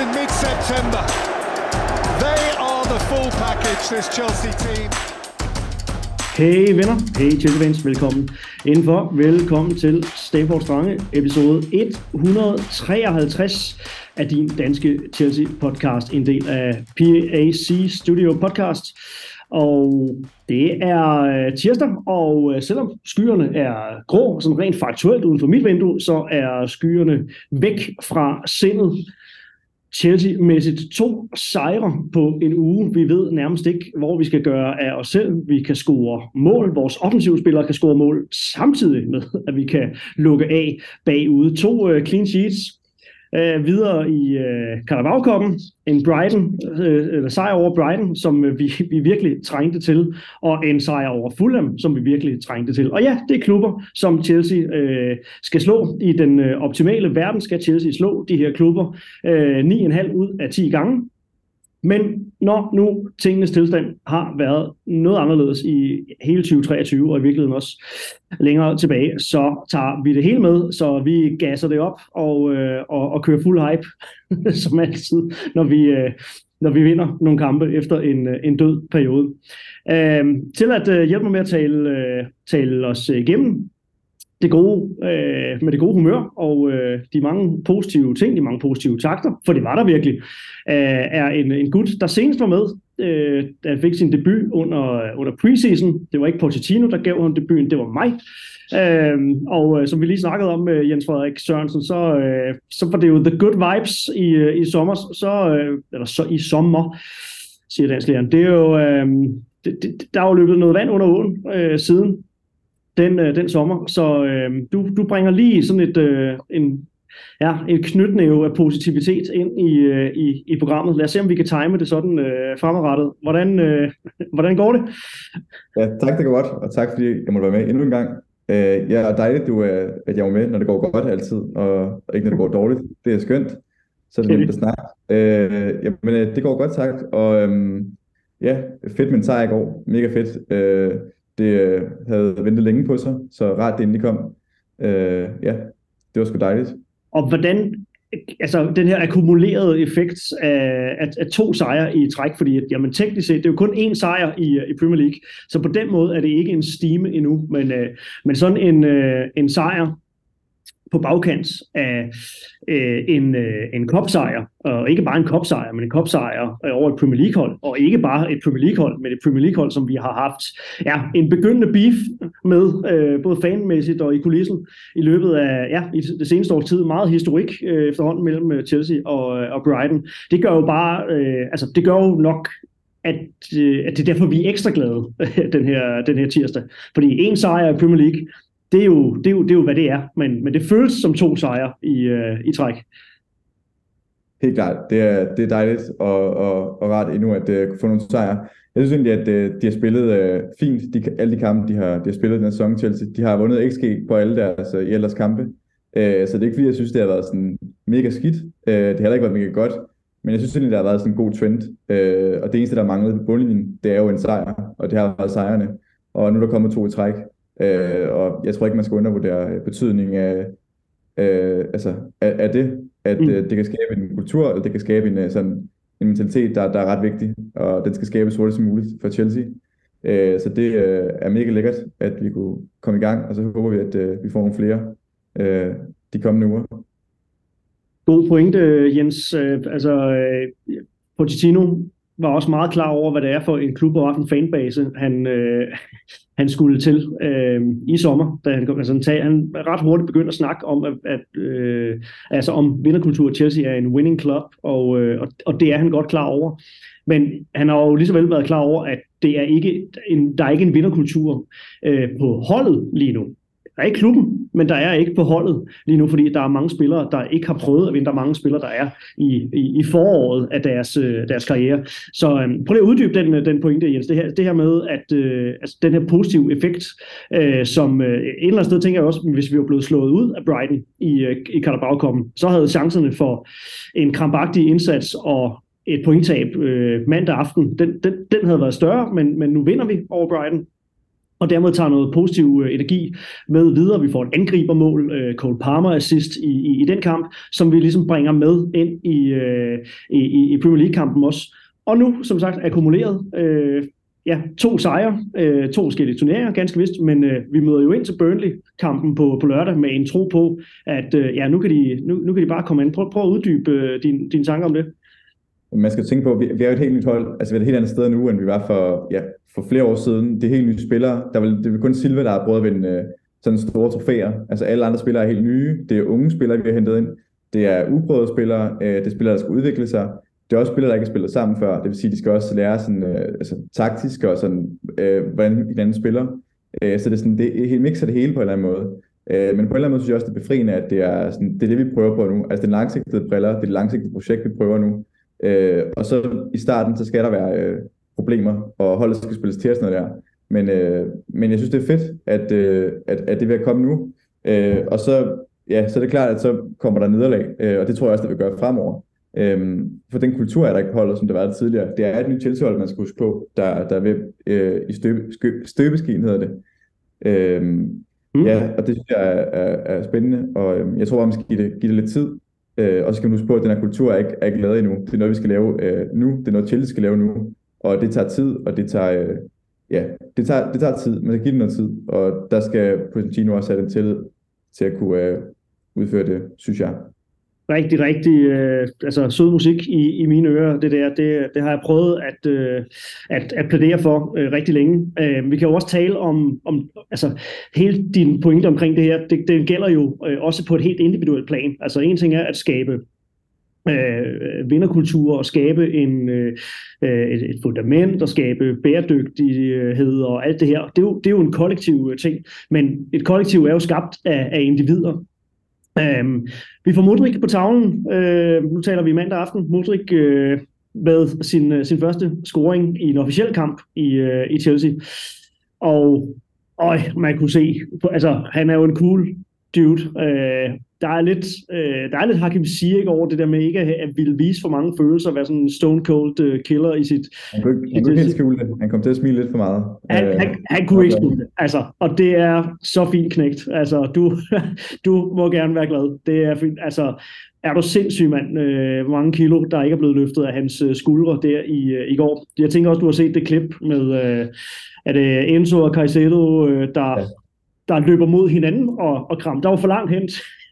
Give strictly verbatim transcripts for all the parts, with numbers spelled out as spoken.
in mid-September. They are the full package, this Chelsea team. Hey venner, hey Chelsea-fans, velkommen indenfor. Velkommen til Stamford Strange, episode et hundrede treoghalvtreds af din danske Chelsea-podcast, en del af P A C Studio Podcast. Og det er tirsdag, og selvom skyerne er grå, sådan rent faktuelt uden for mit vindue, så er skyerne væk fra sindet. Chelsea-mæssigt to sejre på en uge. Vi ved nærmest ikke, hvor vi skal gøre af os selv. Vi kan score mål. Vores offensive spillere kan score mål samtidig med, at vi kan lukke af bagude. To uh, clean sheets. Uh, videre i uh, Carabao Cup'en, en Brighton, uh, eller sejr over Brighton, som uh, vi, vi virkelig trængte til, og en sejr over Fulham, som vi virkelig trængte til. Og ja, det er klubber, som Chelsea uh, skal slå. I den uh, optimale verden skal Chelsea slå de her klubber uh, ni komma fem ud af ti gange. Men når nu tingenes tilstand har været noget anderledes i hele tyve treogtyve, og i virkeligheden også længere tilbage, så tager vi det hele med, så vi gasser det op og, øh, og, og kører fuld hype, som altid, når vi, øh, når vi vinder nogle kampe efter en, en død periode. Øh, til at øh, hjælpe mig med at tale, øh, tale os igennem det gode, øh, med det gode humør og øh, de mange positive ting, de mange positive takter, for det var der virkelig, øh, er en, en gut, der senest var med, øh, da han fik sin debut under, under preseason. Det var ikke Pochettino, der gav ham debuten, det var mig. Øh, og øh, som vi lige snakkede om med Jens Frederik Sørensen, så, øh, så var det jo the good vibes i, øh, i sommer, så, øh, eller så i sommer, siger dansklæren. Det er jo, øh, det, det, der er jo løbet noget vand under åen øh, siden Den, øh, den sommer, så øh, du, du bringer lige sådan et, øh, en, ja, en knytnæve af positivitet ind i, øh, i, i programmet. Lad os se, om vi kan time det sådan øh, fremadrettet. Hvordan, øh, hvordan går det? Ja, tak, det går godt, og tak fordi jeg måtte være med endnu en gang. Øh, ja, og dejligt, du, øh, at jeg var med, når det går godt altid, og ikke når det går dårligt. Det er skønt, så er det nemt at snakke. Øh, jamen, øh, det går godt, tak, og øh, ja, fedt med en sejr i går. Mega fedt. Øh, Det øh, havde ventet længe på sig, så rart det endelig kom. Øh, ja, det var sgu dejligt. Og hvordan, altså den her akkumulerede effekt af, af, af to sejre i træk, fordi jamen, teknisk set, det er jo kun én sejr i, i Premier League, så på den måde er det ikke en stime endnu, men, øh, men sådan en, øh, en sejr på bagkant af øh, en, øh, en cup-sejr, og ikke bare en cup-sejr, men en cup-sejr øh, over et Premier League-hold, og ikke bare et Premier League-hold, men et Premier League-hold, som vi har haft ja, en begyndende beef med, øh, både fanmæssigt og i kulissen, i løbet af ja, i det seneste års tid, meget historik øh, efterhånden mellem Chelsea og, og Brighton. Det gør jo bare, øh, altså det gør jo nok, at, øh, at det er derfor, vi er ekstra glade den her, den her tirsdag, fordi en sejr i Premier League, Det er, jo, det, er jo, det er jo, hvad det er, men, men det føles som to sejre i, uh, i træk. Helt klart. Det er, det er dejligt og, og, og rart endnu at uh, få nogle sejre. Jeg synes egentlig, at uh, de har spillet uh, fint. De, alle de kampe, de har, de har spillet den her sæson, Chelsea. De har vundet X G på alle deres uh, i ellers kampe. Uh, så det er ikke fordi, jeg synes, det har været sådan mega skidt. Uh, det har heller ikke været mega godt. Men jeg synes egentlig, der har været sådan en god trend. Uh, og det eneste, der manglede på bundlinjen, det er jo en sejr. Og det har været sejrene. Og nu er der kommet to i træk. Øh, og jeg tror ikke, man skal undervurdere betydningen af, øh, altså, af, af det, at mm. øh, det kan skabe en kultur, eller det kan skabe en, sådan, en mentalitet, der, der er ret vigtig, og den skal skabes hurtigt som muligt for Chelsea. Øh, så det øh, er mega lækkert, at vi kunne komme i gang, og så håber vi, at øh, vi får nogle flere øh, de kommende uger. God pointe, Jens. Øh, altså, øh, Pochettino var også meget klar over, hvad det er for en klub og en fanbase, han, øh, han skulle til øh, i sommer, da han, altså, han, han ret hurtigt begyndte at snakke om, at, at øh, altså om vinderkultur. Chelsea er en winning club, og, øh, og, og det er han godt klar over. Men han har jo lige så vel været klar over, at det er ikke en, der er ikke en vinderkultur øh, på holdet lige nu. Der er ikke klubben, men der er ikke på holdet lige nu, fordi der er mange spillere, der ikke har prøvet at vinde. Der er mange spillere, der er i, i, i foråret af deres, deres karriere. Så øhm, prøv lige at uddybe den, den pointe, Jens. Det her, det her med, at øh, altså, den her positive effekt, øh, som øh, et eller andet sted tænker jeg også, hvis vi var blevet slået ud af Brighton i, øh, i Carabao Cup'en, så havde chancerne for en krampagtig indsats og et pointtab øh, mandag aften, den, den, den havde været større, men, men nu vinder vi over Brighton. og dermed tager noget positiv øh, energi med videre. Vi får et angribermål, øh, Cole Palmer assist i, i, i den kamp, som vi ligesom bringer med ind i, øh, i, i Premier League-kampen også. Og nu, som sagt, akkumuleret øh, ja, to sejre, øh, to forskellige turneringer, ganske vist, men øh, vi møder jo ind til Burnley-kampen på, på lørdag med en tro på, at øh, ja, nu, kan de, nu, nu kan de bare komme ind. Prøv, prøv at uddybe øh, din, dine tanker om det. Man skal tænke på, at vi, vi er jo et helt nyt hold. Altså vi er et helt andet sted nu, end vi var for, ja, for flere år siden. Det er helt nye spillere. Der var, det er kun Silva, der har prøvet at vinde øh, sådan store trofæer. Altså alle andre spillere er helt nye. Det er unge spillere, vi har hentet ind. Det er uprøvede spillere. Øh, det er spillere, der skal udvikle sig. Det er også spillere, der ikke har spillet sammen før. Det vil sige, at de skal også lære sådan, øh, altså, taktisk og sådan, øh, hvordan hinanden spiller. Øh, så det er, sådan, det er helt mixer det hele på en eller anden måde. Øh, men på en eller anden måde synes jeg også, det er befriende, at det er, sådan, det er det, vi prøver på nu. Altså det er langsigtede briller. Det er det langsigtede projekt, vi prøver nu. Øh, og så i starten, så skal der være øh, problemer, og holdet skal spilles til og sådan noget der. Men, øh, men jeg synes, det er fedt, at, øh, at, at det vil komme nu. Øh, og så, ja, så er det klart, at så kommer der nederlag, øh, og det tror jeg også, det vil gøre fremover. Øh, for den kultur er der ikke på holdet, som det var det tidligere. Det er et nyt Chelsea-hold, man skal huske på, der, der er ved øh, i støbe, støbeskeen, hedder det. Øh, mm. Ja, og det synes jeg er, er, er spændende, og øh, jeg tror bare, man skal give det, give det lidt tid. Øh, og så skal man huske på, at den her kultur er ikke, er ikke lavet endnu. Det er noget, vi skal lave øh, nu. Det er noget, Chelsea skal lave nu. Og det tager tid, og det tager, øh, ja, det tager, det tager tid. Man skal give det noget tid. Og der skal Pochettino også have den tillid til at kunne øh, udføre det, synes jeg. Rigtig, rigtig øh, altså sød musik i, i mine ører, det der, det, det har jeg prøvet at, øh, at, at plædere for øh, rigtig længe. Øh, vi kan jo også tale om, om altså hele din pointe omkring det her, det, det gælder jo øh, også på et helt individuelt plan. Altså en ting er at skabe øh, vinderkultur og skabe en, øh, et, et fundament og skabe bæredygtighed og alt det her. Det er jo, det er jo en kollektiv ting, men et kollektiv er jo skabt af, af individer. Um, vi får Mudryk på tavlen. Uh, nu taler vi mandag aften. Mudryk uh, med sin, uh, sin første scoring i en officiel kamp i, uh, i Chelsea. Og øj, man kunne se, altså han er jo en cool dude. Uh, der er lidt, uh, der er lidt Hakim Ziyech over det der med ikke at ville vise for mange følelser, at være sådan en stone cold uh, killer i sit... Han kunne, han kunne ikke helt skjule det. Han kom til at smile lidt for meget. Han, uh, han, han kunne ikke skjule det. Altså, og det er så fint knægt. Altså, du, du må gerne være glad. Det er fint. Altså, er du sindssyg, mand? Uh, hvor mange kilo, der ikke er blevet løftet af hans uh, skuldre der i, uh, i går. Jeg tænker også, du har set det klip med uh, at uh, Enzo og Caicedo, uh, der... Ja. der løber mod hinanden og, og kram. Der var for langt hen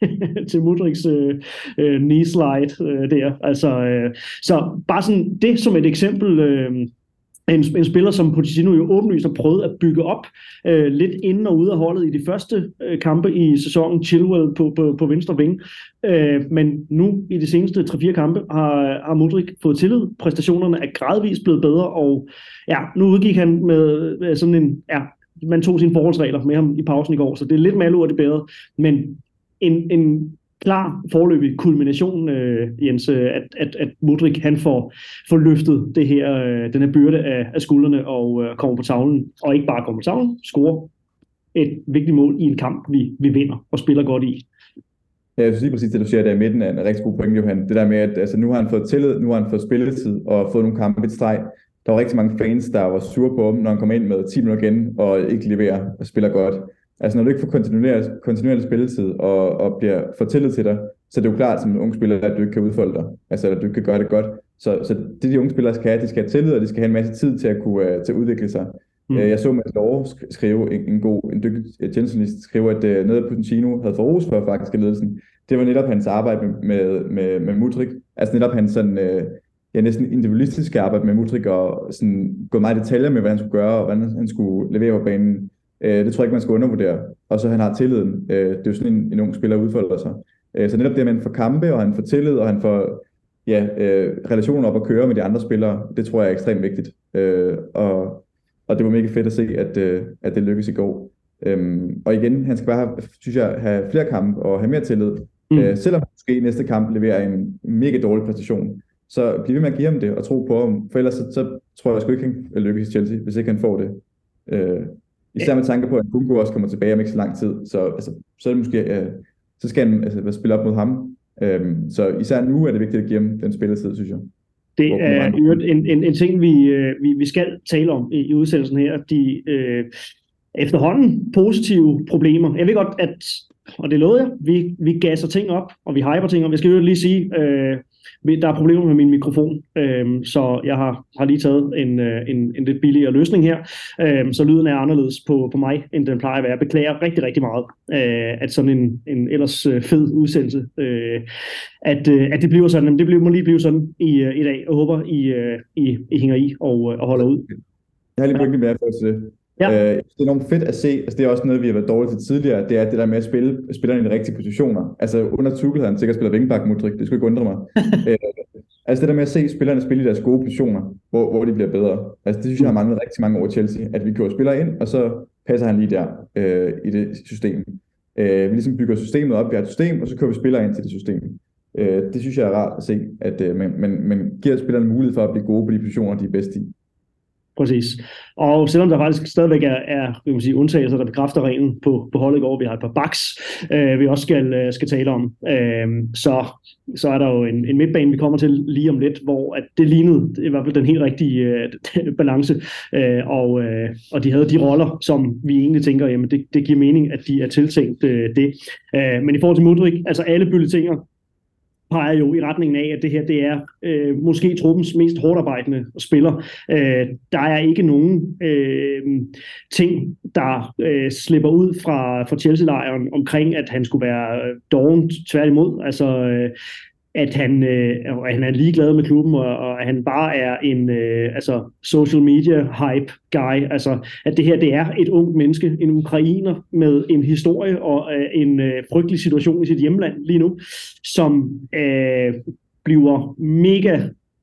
til Mudryks øh, øh, knee slide øh, der. Altså, øh, så bare sådan det som et eksempel, øh, en, en spiller som Pochettino jo åbenlyst har prøvet at bygge op øh, lidt inden og ude af holdet i de første øh, kampe i sæsonen, Chilwell på, på, på venstre ving. Øh, men nu i de seneste tre fire kampe har, har Mudryk fået tillid. Præstationerne er gradvist blevet bedre, og ja, nu udgik han med, med sådan en... Ja, man tog sine forholdsregler med ham i pausen i går, så det er lidt malurt det bedre, men en, en klar foreløbig kulmination, øh, Jens, at, at, at Mudryk han får, får løftet det her, øh, den her byrde af, af skuldrene og øh, kommer på tavlen, og ikke bare kommer på tavlen, scorer et vigtigt mål i en kamp, vi, vi vinder og spiller godt i. Ja, jeg synes lige præcis det, du siger, der i midten er en rigtig god point, Johan. Det der med, at altså, nu har han fået tillid, nu har han fået spilletid og fået nogle kampe i streg. Der var rigtig mange fans, der var sure på ham, når han kom ind med ti minutter igen og ikke leverer og spiller godt. Altså når du ikke får kontinuerlig, kontinuerlig spilletid og, og bliver får tillid til dig, så er det jo klart som en ung spiller, at du ikke kan udfolde dig. Altså at du ikke kan gøre det godt. Så, så det de unge spillere skal have, de skal have tillid, og de skal have en masse tid til at kunne uh, til at udvikle sig. Mm. Jeg så Mads Love skrive en, en god, en dygtig journalist skrive, at uh, noget af Pochettino havde for ros for faktisk af ledelsen. Det var netop hans arbejde med, med, med, med Mudryk. Altså netop hans sådan... Uh, ja, næsten individualistiske arbejde med Mudryk og sådan gå meget i detaljer med, hvad han skulle gøre og hvordan han skulle levere på banen. Øh, det tror jeg ikke, man skal undervurdere. Og så han har tilliden. Øh, det er jo sådan en, en ung spiller, der udfolder sig. Øh, så netop det, at man får kampe, og han får tillid, og han får ja, øh, relationer op at køre med de andre spillere, det tror jeg er ekstremt vigtigt. Øh, og, og det var mega fedt at se, at, øh, at det lykkedes i går. Øh, og igen, han skal bare have, synes jeg, have flere kampe og have mere tillid. Mm. Øh, selvom måske i næste kamp leverer en mega dårlig præstation, så bliv ved med at give ham det og tro på ham, for ellers så, så tror jeg sgu ikke, han kan lykkes i Chelsea, hvis ikke han får det. Øh, især med tanke på, at Kunku også kommer tilbage om ikke så lang tid, så, altså, så er det måske, øh, så skal han altså, spille op mod ham. Øh, så især nu er det vigtigt at give ham den spilletid, synes jeg. Det er en, en, en ting, vi, vi, vi skal tale om i, i udsendelsen her. De, øh, efterhånden positive problemer. Jeg ved godt, at, og det lovede jeg, vi, vi gasser ting op, og vi hyper ting op. Jeg skal jo lige sige, øh, der er problemer med min mikrofon, øh, så jeg har, har lige taget en, en, en lidt billigere løsning her, øh, så lyden er anderledes på, på mig, end den plejer at være. Jeg beklager rigtig, rigtig meget, øh, at sådan en, en ellers fed udsendelse, øh, at, øh, at det bliver sådan. Det bliver, må lige blive sådan i, i dag. Jeg håber, I, I, I hænger i og, og holder ud. Jeg har lige pointet mere for til det. Ja. Øh, det er enormt fedt at se, altså det er også noget, vi har været dårlige til tidligere, det er det der med at spille spillerne i de rigtige positioner. Altså under Tuchel havde han sikkert spillet vingbak, Mudryk, det skulle ikke undre mig. øh, altså det der med at se spillerne spille i deres gode positioner, hvor, hvor de bliver bedre. Altså det synes jeg har manglet rigtig mange år i Chelsea, at vi kører spillere ind, og så passer han lige der øh, i det system. Øh, vi ligesom bygger systemet op, vi har et system, og så kører vi spillere ind til det system. Øh, det synes jeg er rart at se, at øh, man, man, man giver spillerne mulighed for at blive gode på de positioner, de er bedst i. Præcis. Og selvom der faktisk stadigvæk er, er vil man sige, undtagelser, der bekræfter reglen på, på holdet i går, vi har et par backs, øh, vi også skal, øh, skal tale om, øh, så, så er der jo en, en midtbane, vi kommer til lige om lidt, hvor at det lignede i hvert fald den helt rigtige øh, balance, øh, og, øh, og de havde de roller, som vi egentlig tænker, jamen det, det giver mening, at de er tiltænkt øh, det. Øh, men i forhold til Mudryk, altså alle bylletinger peger jo i retningen af, at det her det er øh, måske truppens mest hårdarbejdende spiller. Øh, der er ikke nogen øh, ting, der øh, slipper ud fra, fra Chelsea-lejren omkring, at han skulle være doven, tværtimod. Altså, øh, at han, øh, at han er ligeglad med klubben, og, og at han bare er en øh, altså social media hype guy. Altså, at det her det er et ungt menneske, en ukrainer med en historie og øh, en øh, frygtelig situation i sit hjemland lige nu, som øh, bliver mega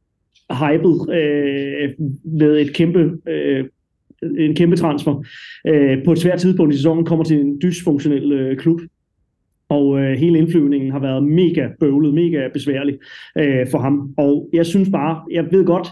hyped øh, med et kæmpe øh, en kæmpe transfer øh, på et svært tidspunkt i sæsonen, kommer til en dysfunktionel øh, klub. Og øh, hele indflyvningen har været mega bøvlet, mega besværlig øh, for ham. Og jeg synes bare, jeg ved godt,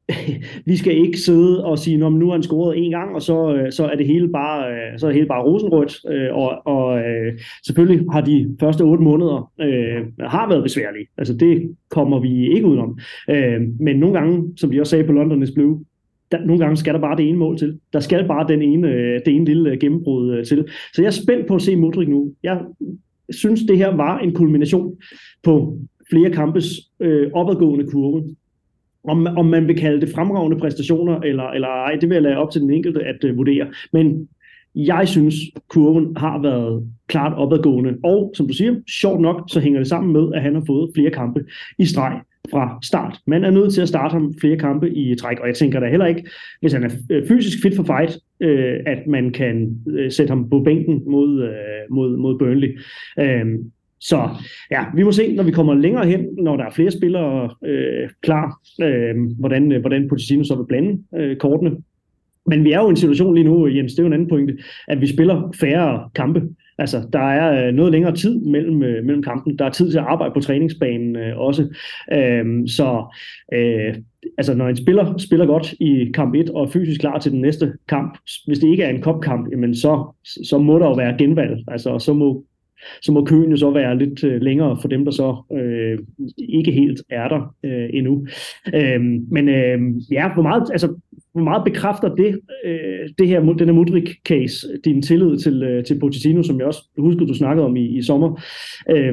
vi skal ikke sidde og sige, når nu har han scoret en gang, og så, øh, så er det hele bare, øh, så er det hele bare rosenrødt. Øh, og og øh, selvfølgelig har de første otte måneder øh, har været besværlige. Altså det kommer vi ikke udenom. Øh, men nogle gange, som de også sagde på London is Blue, der, nogle gange skal der bare det ene mål til. Der skal bare den ene, det ene lille gennembrud til. Så jeg er spændt på at se Mudryk nu. Jeg synes, det her var en kulmination på flere kampes øh, opadgående kurve. Om, om man vil kalde det fremragende præstationer, eller, eller ej, det vil jeg lade op til den enkelte at øh, vurdere. Men jeg synes, kurven har været klart opadgående. Og som du siger, sjovt nok, så hænger det sammen med, at han har fået flere kampe i streg fra start. Man er nødt til at starte ham flere kampe i træk, og jeg tænker da heller ikke, hvis han er fysisk fit for fight, øh, at man kan øh, sætte ham på bænken mod, øh, mod, mod Burnley. Øh, så ja, vi må se, når vi kommer længere hen, når der er flere spillere øh, klar, øh, hvordan, øh, hvordan Pochettino så vil blande øh, kortene. Men vi er jo i en situation lige nu, Jens, det er jo en anden pointe, at vi spiller færre kampe. Altså, der er noget længere tid mellem, øh, mellem kampen. Der er tid til at arbejde på træningsbanen øh, også. Øhm, så øh, altså, når en spiller spiller godt i kamp et og er fysisk klar til den næste kamp, hvis det ikke er en cup-kamp, jamen så, så må der jo være genvalg. Altså, så må, så må køen jo så være lidt øh, længere for dem, der så øh, ikke helt er der øh, endnu. Øhm, men øh, ja, hvor meget... Altså, Hvor meget bekræfter det, øh, det her, den her Mudryk-case, din tillid til, øh, til Pochettino, som jeg også husker, du snakkede om i, i sommer, øh,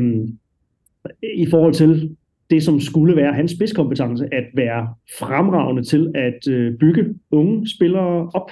i forhold til det, som skulle være hans spidskompetence, at være fremragende til at øh, bygge unge spillere op?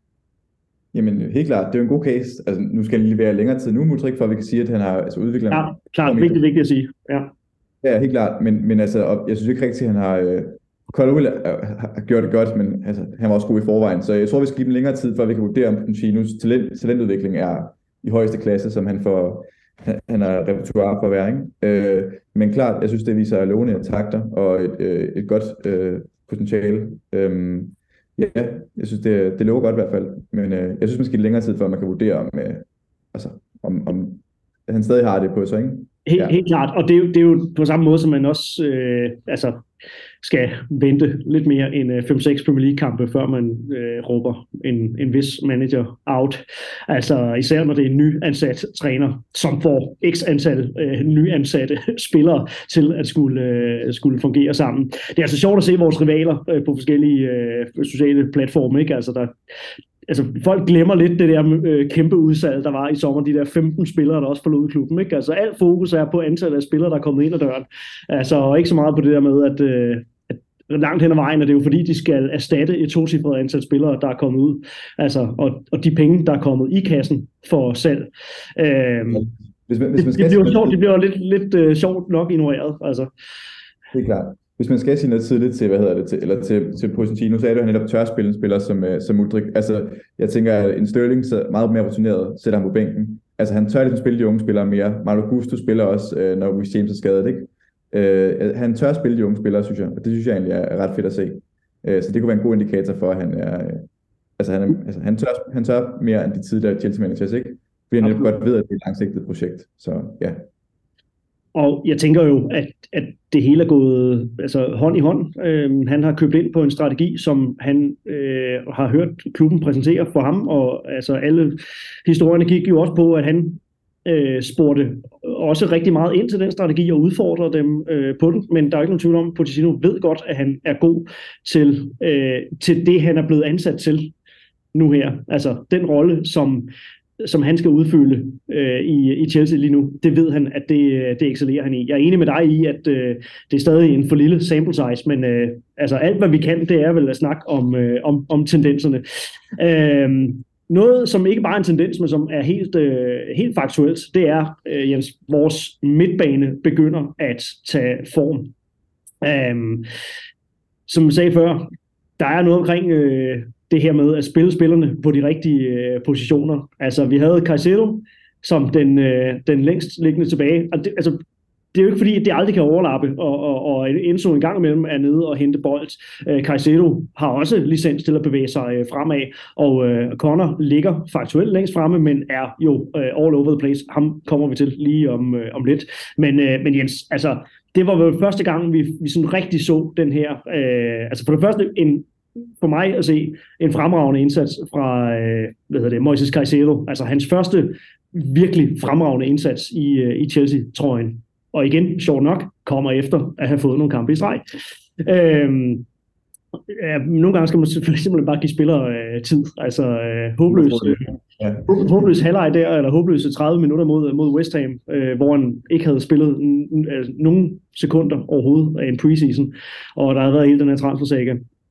Jamen helt klart, det er jo en god case. Altså, nu skal det lige være længere tid nu, Mudryk, for at vi kan sige, at han har altså, udviklet... Ja, klart, vigtigt, vigtigt at sige. Ja, ja helt klart, men, men altså, jeg synes ikke rigtigt, at han har... Øh, Colwell har gjort det godt, men altså, han var også god i forvejen, så jeg tror, vi skal give dem længere tid, før vi kan vurdere, om Pochettino's talent, talentudvikling er i højeste klasse, som han får, han har repertoire for at være, ikke? Øh, men klart, jeg synes, det viser lovende takter og et, øh, et godt øh, potentiale. Øh, ja, jeg synes, det, det lover godt i hvert fald, men øh, jeg synes, man skal give længere tid, før man kan vurdere, om, øh, altså, om, om han stadig har det på sig, ikke? Helt, ja. helt klart, og det er, jo, det er jo på samme måde, som man også øh, altså, skal vente lidt mere end øh, fem seks Premier League-kampe, før man øh, råber en, en vis manager out. Altså især når det er en nyansat træner, som får x antal øh, nyansatte spillere til at skulle, øh, skulle fungere sammen. Det er altså sjovt at se vores rivaler øh, på forskellige øh, sociale platforme, ikke? Altså der altså folk glemmer lidt det der øh, kæmpe udsalg, der var i sommer, de der femten spillere, der også forlod klubben, ikke? Altså alt fokus er på antallet af spillere, der er kommet ind ad døren. Altså ikke så meget på det der med, at, øh, at langt hen ad vejen, og det er jo fordi, de skal erstatte et tocifret antal spillere, der er kommet ud. Altså, og, og de penge, der er kommet i kassen for salg. Øh, hvis man, hvis man skal det, det, bliver sjovt, det bliver jo lidt, lidt øh, sjovt nok ignoreret. Altså. Det er klart. Hvis man skal sige noget tidligt til, hvad hedder det, til, eller til, til Pochettino, så er det jo netop tørspillende spiller som, som Mudryk. Altså, jeg tænker, at en Sterling så meget mere rutineret, sætter ham på bænken. Altså, han tør ligesom spille de unge spillere mere. Malo Gusto spiller også, når Reece James er skadet, ikke? Uh, han tør spille de unge spillere, synes jeg, og det synes jeg egentlig er ret fedt at se. Uh, så det kunne være en god indikator for, at han er, uh, altså, han, er, altså, han, tør, han tør mere end de tidligere Chelsea managers, ikke? Fordi han godt ved, at det er et langsigtet projekt. Så ja. Og jeg tænker jo, at, at det hele er gået altså, hånd i hånd. Øhm, han har købt ind på en strategi, som han øh, har hørt klubben præsentere for ham, og altså, alle historierne gik jo også på, at han øh, spurgte også rigtig meget ind til den strategi og udfordrede dem øh, på den, men der er ikke nogen tvivl om, at Pochettino ved godt, at han er god til, øh, til det, han er blevet ansat til nu her. Altså den rolle, som som han skal udfylde øh, i, i Chelsea lige nu, det ved han, at det, det excellerer han i. Jeg er enig med dig i, at øh, det er stadig en for lille sample size, men øh, altså alt, hvad vi kan, det er vel at snakke om, øh, om, om tendenserne. Øh, noget, som ikke bare er en tendens, men som er helt, øh, helt faktuelt, det er, øh, Jens, vores midtbane begynder at tage form. Øh, som jeg sagde før, der er noget omkring øh, det her med at spille spillerne på de rigtige øh, positioner. Altså, vi havde Caicedo som den, øh, den længst liggende tilbage. Og det, altså, det er jo ikke fordi, det aldrig kan overlappe, og, og, og Enzo en gang imellem er nede og hente bold. Øh, Caicedo har også licens til at bevæge sig øh, fremad, og øh, Connor ligger faktuelt længst fremme, men er jo øh, all over the place. Ham kommer vi til lige om, øh, om lidt. Men, øh, men Jens, altså, det var jo første gang, vi, vi sådan rigtig så den her, øh, altså for det første en for mig at se en fremragende indsats fra øh, hvad hedder det, Moises Caicedo. Altså hans første virkelig fremragende indsats i, øh, i Chelsea-trøjen. Og igen, sjovt nok, kommer efter at have fået nogle kampe i streg. Øhm, ja, nogle gange skal man simpelthen bare give spillere øh, tid. Altså øh, håbløs, øh, ja. håbløs halvleg der, eller håbløse tredive minutter mod, mod West Ham, øh, hvor han ikke havde spillet n- n- nogen sekunder overhovedet af en preseason. Og der havde været hele den her transfersaga.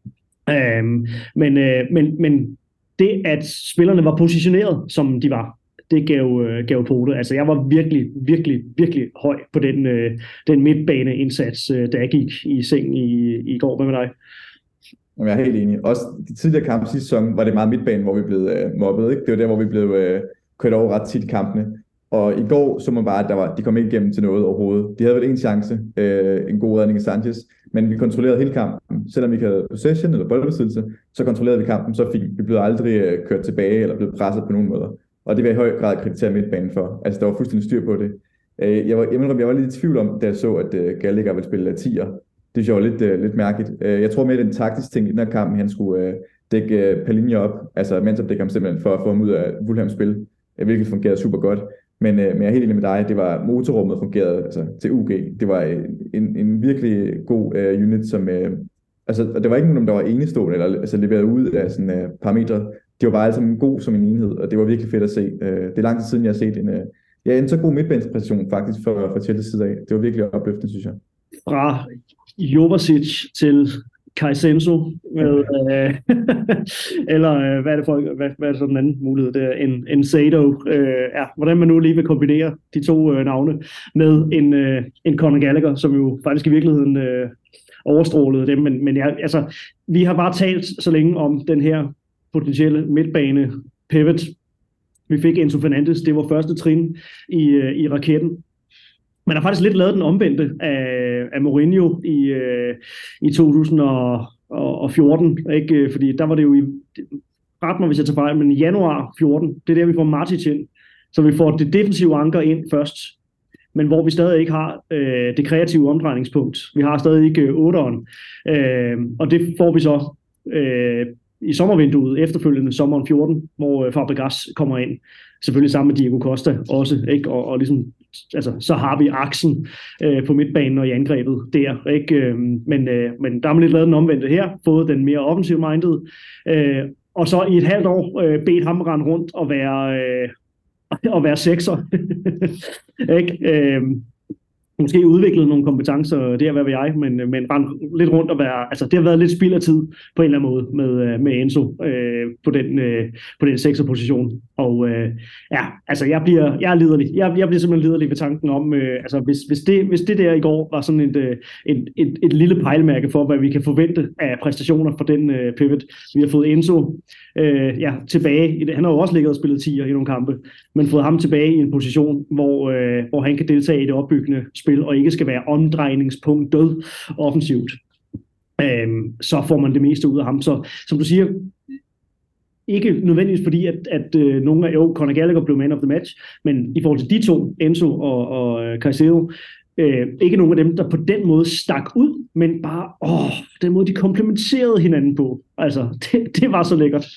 Øhm, men, øh, men, men det, at spillerne var positioneret, som de var, det gav, øh, gav på det. Altså, jeg var virkelig, virkelig, virkelig høj på den, øh, den midtbaneindsats, øh, da jeg gik i seng i, i går. Hvad med dig? Jeg er helt enig. Også de tidligere kampe sidste sæson var det meget midtbanen, hvor vi blev øh, mobbet. Ikke? Det var der, hvor vi blev øh, kørt over ret tit i kampene. Og i går så man bare, at der var, de kom ikke igennem til noget overhovedet. De havde vel en chance, øh, en god redning af Sanchez, men vi kontrollerede hele kampen. Selvom vi ikke havde possession eller boldbesiddelse, så kontrollerede vi kampen så fint. Vi blev aldrig øh, kørt tilbage eller blev presset på nogen måder. Og det vil jeg i høj grad kreditere midtbanen for. Altså, der var fuldstændig styr på det. Øh, jeg, var, jeg, mener, jeg var lidt i tvivl om, da jeg så, at øh, Gallagher ville spille tier. Det synes jeg var lidt, øh, lidt mærkeligt. Øh, jeg tror mere, at den taktiske ting i den her kamp, han skulle øh, dække øh, Palhinha op, altså mens han dækker ham simpelthen for at få ham ud af Fulhams spil, øh, hvilket fungerede super godt. Men, øh, men jeg er helt enig med dig, det var motorrummet fungerede altså, til U G. Det var øh, en, en virkelig god øh, unit, som øh, altså, det var ikke nogen, der var enestående eller altså, leveret ud af sådan øh, parametre. Det var bare altså god som en enhed, og det var virkelig fedt at se. Øh, det er lang tid siden, jeg har set en, øh, ja, en så god midtbanespræstation faktisk fra, fra Chelsea's side af. Det var virkelig opløftende, synes jeg. Fra Jovasic til Caicedo med, øh, eller øh, hvad er det for hvad, hvad er det så den anden mulighed der, en en Sado, øh, ja, hvordan man nu lige vil kombinere de to øh, navne med en øh, en Conor Gallagher, som jo faktisk i virkeligheden øh, overstrålede dem, men men ja, altså vi har bare talt så længe om den her potentielle midtbane pivot. Vi fik Enzo Fernandes, det var første trin i øh, i raketten. Man har faktisk lidt lavet den omvendte af, af Mourinho i, øh, i to tusind og fjorten, ikke? Fordi der var det jo i, ret mig hvis jeg tager fejl, men i januar fjorten, det er der vi får Matic ind, så vi får det defensive anker ind først, men hvor vi stadig ikke har øh, det kreative omdrejningspunkt. Vi har stadig ikke øh, otteren, øh, og det får vi så øh, i sommervinduet efterfølgende, sommeren fjorten, hvor øh, Fabregas kommer ind, selvfølgelig sammen med Diego Costa også, ikke? Og, og ligesom altså, så har vi aksen øh, på midtbanen og i angrebet der, ikke? Øh, men, øh, men der har man lidt lavet den omvendte her, fået den mere offensive minded, øh, og så i et halvt år øh, bedt ham rende rundt og være, øh, og være sekser. Ikke? Øh, måske udviklet nogle kompetencer der, hvad ved jeg, men, men rende lidt rundt og være, altså det har været lidt spild af tid på en eller anden måde med, med Enzo øh, på den, øh, på den sekserposition. Og øh, ja, altså jeg bliver, jeg er liderlig. Jeg, jeg bliver simpelthen liderlig ved tanken om, øh, altså hvis, hvis, det, hvis det der i går var sådan et, et, et, et, et lille pejlemærke for, hvad vi kan forvente af præstationer for den øh, pivot. Vi har fået Enzo øh, ja, tilbage. I det. Han har jo også ligget og spillet tier i nogle kampe, men fået ham tilbage i en position, hvor, øh, hvor han kan deltage i det opbyggende spil, og ikke skal være omdrejningspunkt død offensivt. Øhm, så får man det meste ud af ham. Så som du siger, ikke nødvendigvis fordi, at, at øh, nogle af, jo, Conor Gallagher blev man of the match, men i forhold til de to, Enzo og, og Caicedo, øh, ikke nogen af dem, der på den måde stak ud, men bare, åh, den måde, de komplementerede hinanden på. Altså, det, det var så lækkert.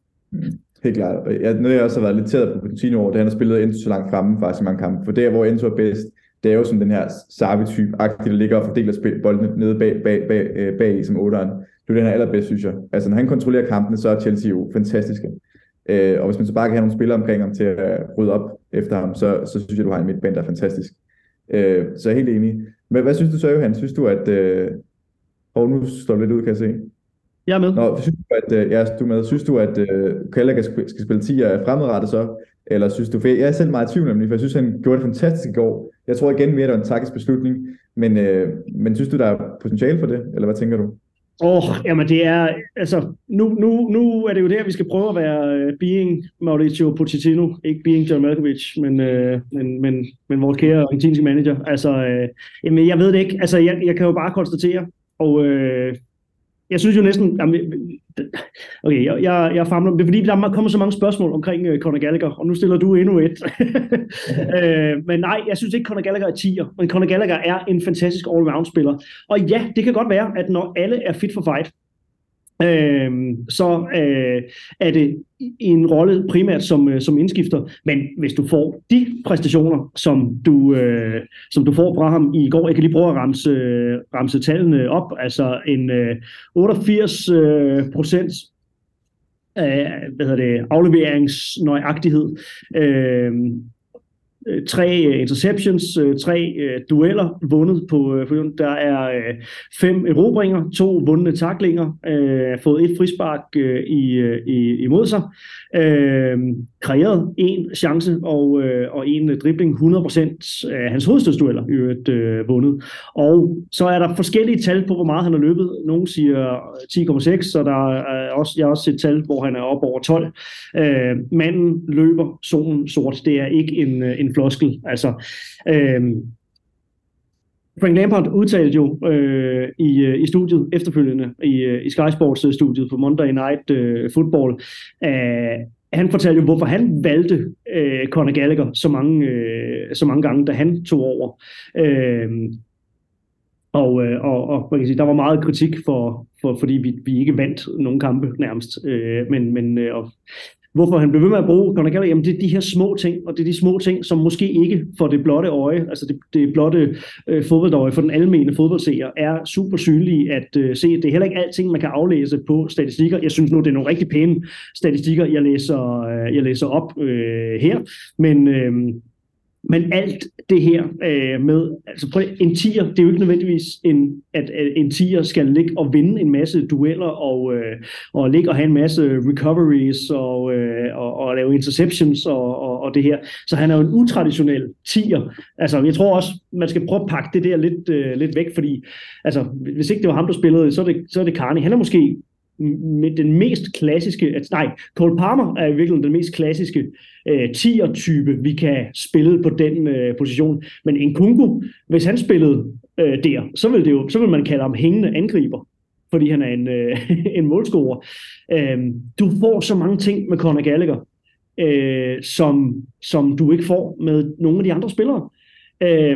Helt klart. Jeg, noget jeg også har været lidt irriteret på Pochettino over, det han har spillet Enzo så langt fremme faktisk i mange kampe. For der, hvor Enzo er bedst, det er jo sådan den her Sarri-type-agtige, der ligger og fordeler boldene nede bag, bag, bag, bag, bag som otteren. Det er den her allerbedst, synes jeg. Altså, når han kontrollerer kampene, så er Chelsea jo fantastiske. Øh, og hvis man så bare kan have nogle spillere omkring ham til at rydde op efter ham, så, så synes jeg, du har en midtbane, der er fantastisk. Øh, så jeg er helt enig. Men hvad synes du så, Johan? Synes du, at... Øh... Og nu står det lidt ud, kan jeg se. Jeg er med. Nå, synes du, at, ja, du med. Synes du, at uh, Gallagher skal, skal spille tier fremadrettet så? Eller synes du, for jeg er selv meget i tvivl nemlig, for jeg synes, han gjorde det fantastisk i går. Jeg tror igen mere, det var en taktisk beslutning, men, øh, men synes du, der er potentiale for det, eller hvad tænker du? Åh, oh, jamen det er, altså, nu, nu, nu er det jo der, vi skal prøve at være uh, being Mauricio Pochettino, ikke being John Malkovich, men, uh, men, men, men vores kære argentinske manager. Altså, uh, jamen jeg ved det ikke, altså jeg, jeg kan jo bare konstatere, og uh, jeg synes jo næsten, jamen, okay, jeg, jeg, jeg famler, det er fordi, der er kommet så mange spørgsmål omkring uh, Conor Gallagher, og nu stiller du endnu et. uh, men nej, jeg synes ikke, Conor Gallagher er tier, men Conor Gallagher er en fantastisk all-round-spiller. Og ja, det kan godt være, at når alle er fit for fight, øh, så øh, er det i en rolle primært som, som indskifter, men hvis du får de præstationer, som du, øh, som du får fra ham i går, jeg kan lige prøve at ramse, ramse tallene op, altså en øh, otteogfirs procent af, hvad hedder det, afleveringsnøjagtighed, øh, tre interceptions, tre dueller vundet på, der er fem erobringer, to vundne tacklinger, fået et frispark i, i, imod sig, kreeret en chance og, og en dribling, hundrede procent af hans hovedstødsdueller i øvrigt vundet. Og så er der forskellige tal på, hvor meget han har løbet. Nogle siger ti komma seks, så der er også, jeg har også set tal, hvor han er op over tolv. Manden løber solen sort. Det er ikke en, en floskel. Altså, øh, Frank Lampard udtalte jo øh, i, i studiet efterfølgende, i, i Sky Sports studiet på Monday Night øh, Football, øh, han fortalte jo, hvorfor han valgte øh, Conor Gallagher så mange, øh, så mange gange, da han tog over. Øh, og, og, og man kan sige, der var meget kritik, for, for, fordi vi, vi ikke vandt nogen kampe nærmest. Øh, men, men og, hvorfor han blev ved med at bruge Conor Gallagher, jamen det er de her små ting, og det er de små ting, som måske ikke for det blotte øje, altså det, det blotte øh, fodboldøje for den almene fodboldseer, er super synlige at øh, se. Det er heller ikke alting, man kan aflæse på statistikker. Jeg synes nu, det er nogle rigtig pæne statistikker, jeg læser, øh, jeg læser op øh, her, men... Øh, Men alt det her øh, med, altså prøv, en tier, det er jo ikke nødvendigvis, en, at, at en tier skal ligge og vinde en masse dueller, og, øh, og ligge og have en masse recoveries, og, øh, og, og lave interceptions, og, og, og det her. Så han er jo en utraditionel tier. Altså, jeg tror også, man skal prøve at pakke det der lidt, øh, lidt væk, fordi, altså, hvis ikke det var ham, der spillede, så er det, så er det Carney. Han er måske med den mest klassiske, nej, Cole Palmer er i virkeligheden den mest klassiske øh, tier-type, vi kan spille på den øh, position. Men Nkunku, hvis han spillede øh, der, så vil, det jo, så vil man kalde ham hængende angriber, fordi han er en, øh, en målscorer. Øh, du får så mange ting med Conor Gallagher, øh, som, som du ikke får med nogle af de andre spillere. Øh,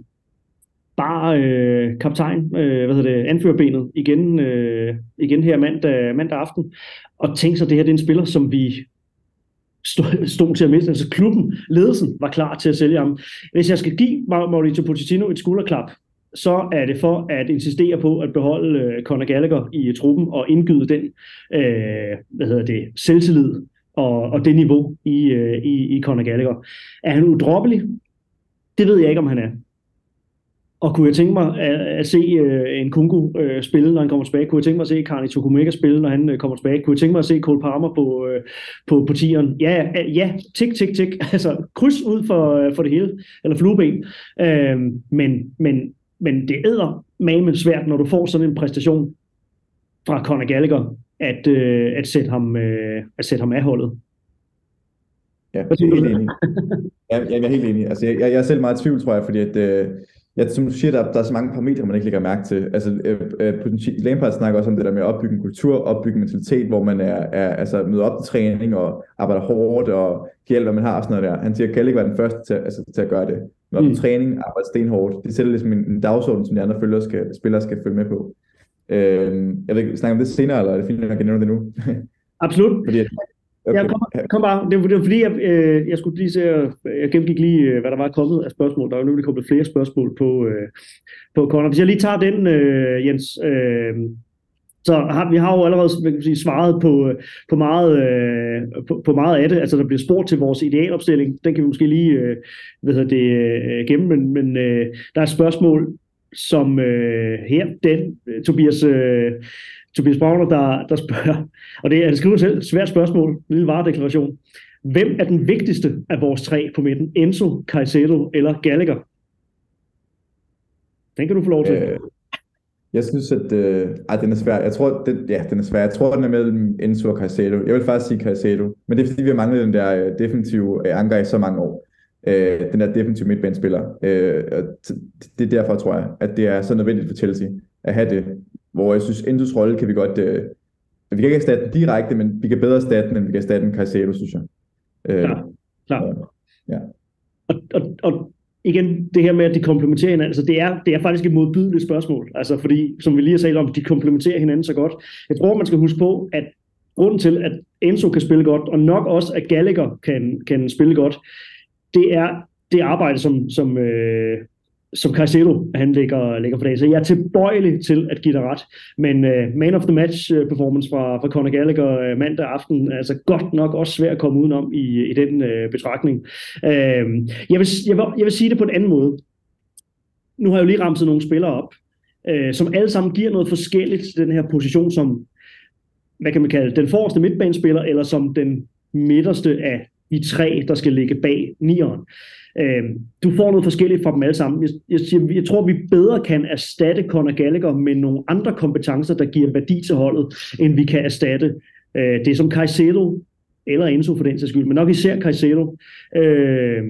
Bare øh, kaptajn, øh, hvad hedder det, anførerbenet igen, øh, igen her mandag, mandag aften, og tænk så, det her det er en spiller, som vi stod, stod til at miste. Altså klubben, ledelsen var klar til at sælge ham. Hvis jeg skal give Mauricio Pochettino et skulderklap, så er det for at insistere på at beholde øh, Conor Gallagher i truppen og indgyde den øh, hvad hedder det, selvtillid og, og det niveau i, øh, i, i Conor Gallagher. Er han udroppelig? Det ved jeg ikke, om han er. Og kunne jeg tænke mig at, at se øh, en Kungu øh, spille, når han kommer tilbage? Kunne jeg tænke mig at se Carney Chukwuemeka spille, når han øh, kommer tilbage? Kunne jeg tænke mig at se Cole Palmer på, øh, på, på tieren? Ja, ja, tik, tik, tik. Altså, kryds ud for, for det hele. Eller flueben. Øh, men, men, men det æder med svært, når du får sådan en præstation fra Conor Gallagher, at, øh, at, sætte ham, øh, at sætte ham af holdet. Ja, jeg er helt enig. jeg, jeg er helt enig. Altså, jeg, jeg er selv meget i tvivl, tror jeg, fordi at... Øh, Ja, som du siger, der, der er så mange parametre, man ikke lægger mærke til. Altså, øh, øh, Lampard snakker også om det der med at opbygge en kultur, opbygge en mentalitet, hvor man er, er altså, møder op til træning og arbejder hårdt og giver alt, hvad man har og sådan noget der. Han siger, at Gallagher var den første til, altså, til at gøre det. Møde op til træning, arbejde stenhårdt. Det sætter ligesom en, en dagsorden, som de andre følgere skal, spillere skal følge med på. Øh, jeg ved ikke, snakker om det senere, eller er det fint, at jeg kan nævne det nu? Absolut. Fordi, Okay. Ja, kom, kom bare. Det var, det var fordi, jeg, øh, jeg skulle lige se, jeg gennemgik lige, hvad der var kommet af spørgsmål. Der er jo nu kommet flere spørgsmål på, øh, på Conor. Hvis jeg lige tager den, øh, Jens, øh, så har vi har jo allerede kan sige, svaret på, på, meget, øh, på, på meget af det. Altså, der bliver spurgt til vores idealopstilling. Den kan vi måske lige øh, hvad hedder det, øh, gemme, men, men øh, der er et spørgsmål, som øh, her, den, Tobias... Øh, Tobias Brauner, der, der spørger, og det er det skriver selv, svært spørgsmål, en lille varedeklaration. Hvem er den vigtigste af vores tre på midten? Enzo, Caicedo eller Gallagher? Den kan du få lov til. Øh, jeg synes, at øh, ej, den er svær. Jeg tror, det, ja, den er svær. Jeg tror, den er mellem Enzo og Caicedo. Jeg vil faktisk sige Caicedo, men det er fordi, vi har manglet den der øh, defensive øh, anker i så mange år. Øh, den der defensive midtbanespiller. Øh, det er derfor, tror jeg, at det er så nødvendigt for Chelsea at have det. Hvor jeg synes, Enzos rolle kan vi godt... Øh, vi kan ikke erstatte den direkte, men vi kan bedre erstatte den, end vi kan erstatte den Caicedo, synes jeg. Øh, klar, klar. Ja. Og, og, og igen, det her med, at de komplementerer hinanden, altså det er, det er faktisk et modbydeligt spørgsmål. Altså fordi, som vi lige har sagt om, de komplementerer hinanden så godt. Jeg tror, man skal huske på, at grunden til, at Enzo kan spille godt, og nok også, at Gallagher kan, kan spille godt, det er det arbejde, som... som øh, som Caicedo, han lægger, lægger for dag. Så jeg er tilbøjelig til at give dig ret. Men uh, man of the match uh, performance fra, fra Conor Gallagher uh, mandag aften er altså godt nok også svært at komme udenom i, i den uh, betragtning. Uh, jeg, vil, jeg, vil, jeg vil sige det på en anden måde. Nu har jeg jo lige ramset nogle spillere op, uh, som alle sammen giver noget forskelligt til den her position som, hvad kan man kalde, den forreste midtbanespiller, eller som den midterste af de tre, der skal ligge bag nieren. Du får noget forskelligt fra dem alle sammen. Jeg, jeg, jeg tror, vi bedre kan erstatte Conor Gallagher med nogle andre kompetencer, der giver værdi til holdet, end vi kan erstatte øh, det som Caicedo, eller Enzo for den sags skyld, men nok især Caicedo. Øh,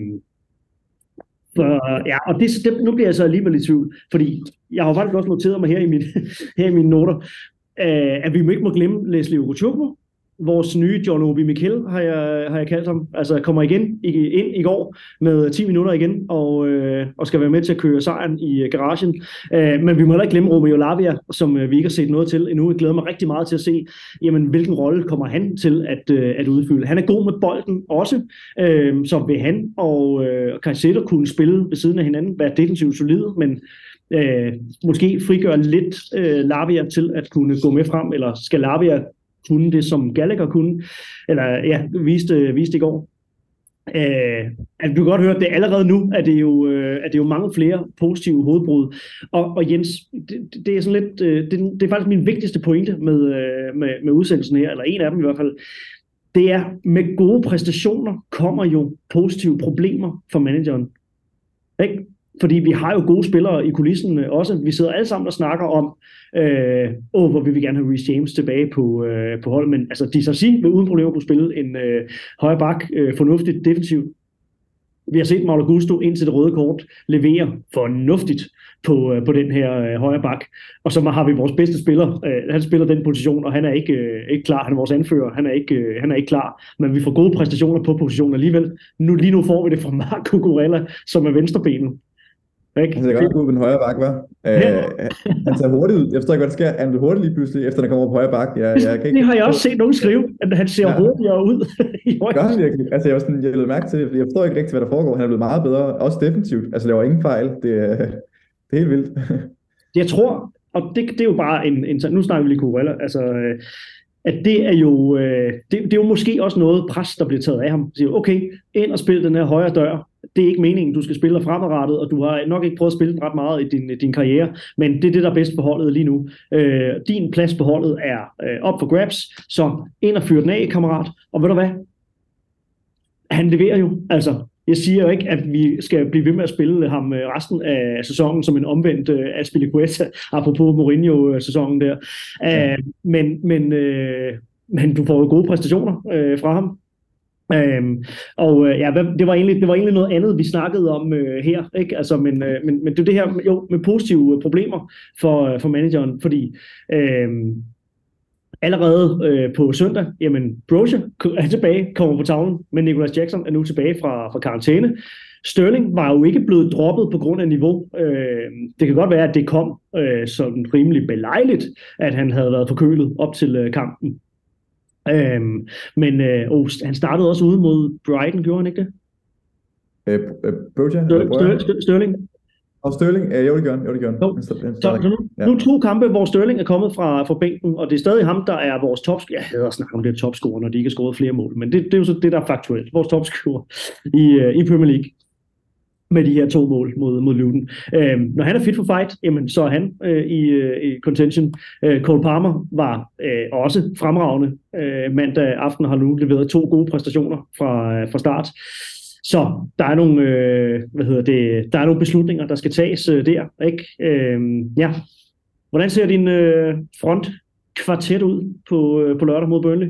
for, ja, og det, det, nu bliver jeg så alligevel i tvivl, fordi jeg har faktisk også noteret mig her i, mit, her i mine noter, øh, at vi ikke må glemme Leslie Ugochukwu. Vores nye John Obi Mikel har jeg, har jeg kaldt ham, altså kommer igen i, ind i går med ti minutter igen, og, øh, og skal være med til at køre sejren i garagen. Øh, men vi må heller ikke glemme Romeo Lavia, som øh, vi ikke har set noget til endnu. Jeg glæder mig rigtig meget til at se, jamen, hvilken rolle kommer han til at, øh, at udfylde. Han er god med bolden også, øh, så vil han og øh, Caicedo kunne spille ved siden af hinanden, være defensivt solide, men øh, måske frigøre lidt øh, Lavia til at kunne gå med frem, eller skal Lavia kunne det, som Gallagher kunne, eller ja, viste, viste i går. Øh, at du kan godt høre, at det allerede nu er det jo, øh, er det jo mange flere positive hovedbrud. Og, og Jens, det, det er sådan lidt, øh, det, det er faktisk min vigtigste pointe med, øh, med, med udsendelsen her, eller en af dem i hvert fald. Det er, med gode præstationer kommer jo positive problemer for manageren. Ikke? Fordi vi har jo gode spillere i kulissen også. Vi sidder alle sammen og snakker om, øh, åh, hvor vil vi gerne have Reece James tilbage på, øh, på holdet. Men altså, Disasi vil uden problemer kunne spille en øh, højre bak, øh, fornuftigt defensivt. Vi har set Malo Gusto indtil det røde kort levere fornuftigt på, øh, på den her øh, højre bak. Og så har vi vores bedste spiller. Øh, han spiller den position, og han er ikke, øh, ikke klar. Han er vores anfører. Han er, ikke, øh, han er ikke klar. Men vi får gode præstationer på positionen alligevel. Nu, lige nu får vi det fra Marco Kurella, som er venstrebenet. Ikke? Han ser godt ud på den højre bak, hva'? Ja. Øh, han ser hurtigt ud. Jeg forstår ikke, hvad der sker. Han bliver hurtigt lige pludselig, efter han kommer over på højre bak. Jeg, jeg kan ikke... Det har jeg også set nogen skrive, at han ser ja. hurtigere ud. Gør han virkelig? Altså, jeg var sådan, jeg lød mærke til det, fordi jeg forstår ikke rigtig, hvad der foregår. Han er blevet meget bedre, også defensivt. Altså, laver ingen fejl. Det, Det er helt vildt. Jeg tror, og det, det er jo bare en, en nu snakker vi lige Cucurella, altså øh, at det er jo øh, det, det er jo måske også noget pres, der bliver taget af ham. Så siger, okay, ind og spil den her højre dør. Det er ikke meningen, du skal spille dig fremadrettet, og du har nok ikke prøvet at spille den ret meget i din, din karriere, men det er det, der er bedst på holdet lige nu. Øh, din plads på holdet er øh, op for grabs, så ind og fyr den af, kammerat. Og ved du hvad? Han leverer jo, altså. Jeg siger jo ikke, at vi skal blive ved med at spille ham resten af sæsonen som en omvendt uh, Azpilicueta, apropos Mourinho-sæsonen der. Ja. Uh, men, men, uh, men du får jo gode præstationer uh, fra ham. Uh, og uh, ja, det var, egentlig, det var egentlig noget andet, vi snakkede om uh, her. Ikke? Altså, men, uh, men, men det er det her jo, med positive problemer for, uh, for manageren, fordi... Uh, Allerede øh, på søndag, jamen Broja er tilbage, kommer på tavlen, men Nicholas Jackson er nu tilbage fra, fra karantæne. Sterling var jo ikke blevet droppet på grund af niveau. Øh, det kan godt være, at det kom øh, sådan rimelig belejligt, at han havde været forkølet op til øh, kampen. Øh, men øh, oh, han startede også ude mod Brighton, gjorde han ikke det? Øh, øh, Broja? Ster- Sterling? Og Sterling, øh, jo det gør han, jo det gør han. Jo. Så, så nu, ja. nu to kampe, hvor Sterling er kommet fra, fra bænken, og det er stadig ham, der er vores topscorer. Jeg hader at snakke om det her topscorer, når de ikke har scoret flere mål, men det, det er jo så det, der er faktuelt. Vores topscorer i, i Premier League med de her to mål mod, mod Luton. Øhm, når han er fit for fight, jamen, så er han øh, i, øh, i contention. Øh, Cole Palmer var øh, også fremragende. Øh, mandag aften har nu leveret to gode præstationer fra, øh, fra start. Så der er nogle, øh, hvad hedder det, der er nogle beslutninger, der skal tages øh, der, ikke? Øh, ja. Hvordan ser din øh, frontkvartet ud på, øh, på lørdag mod Burnley?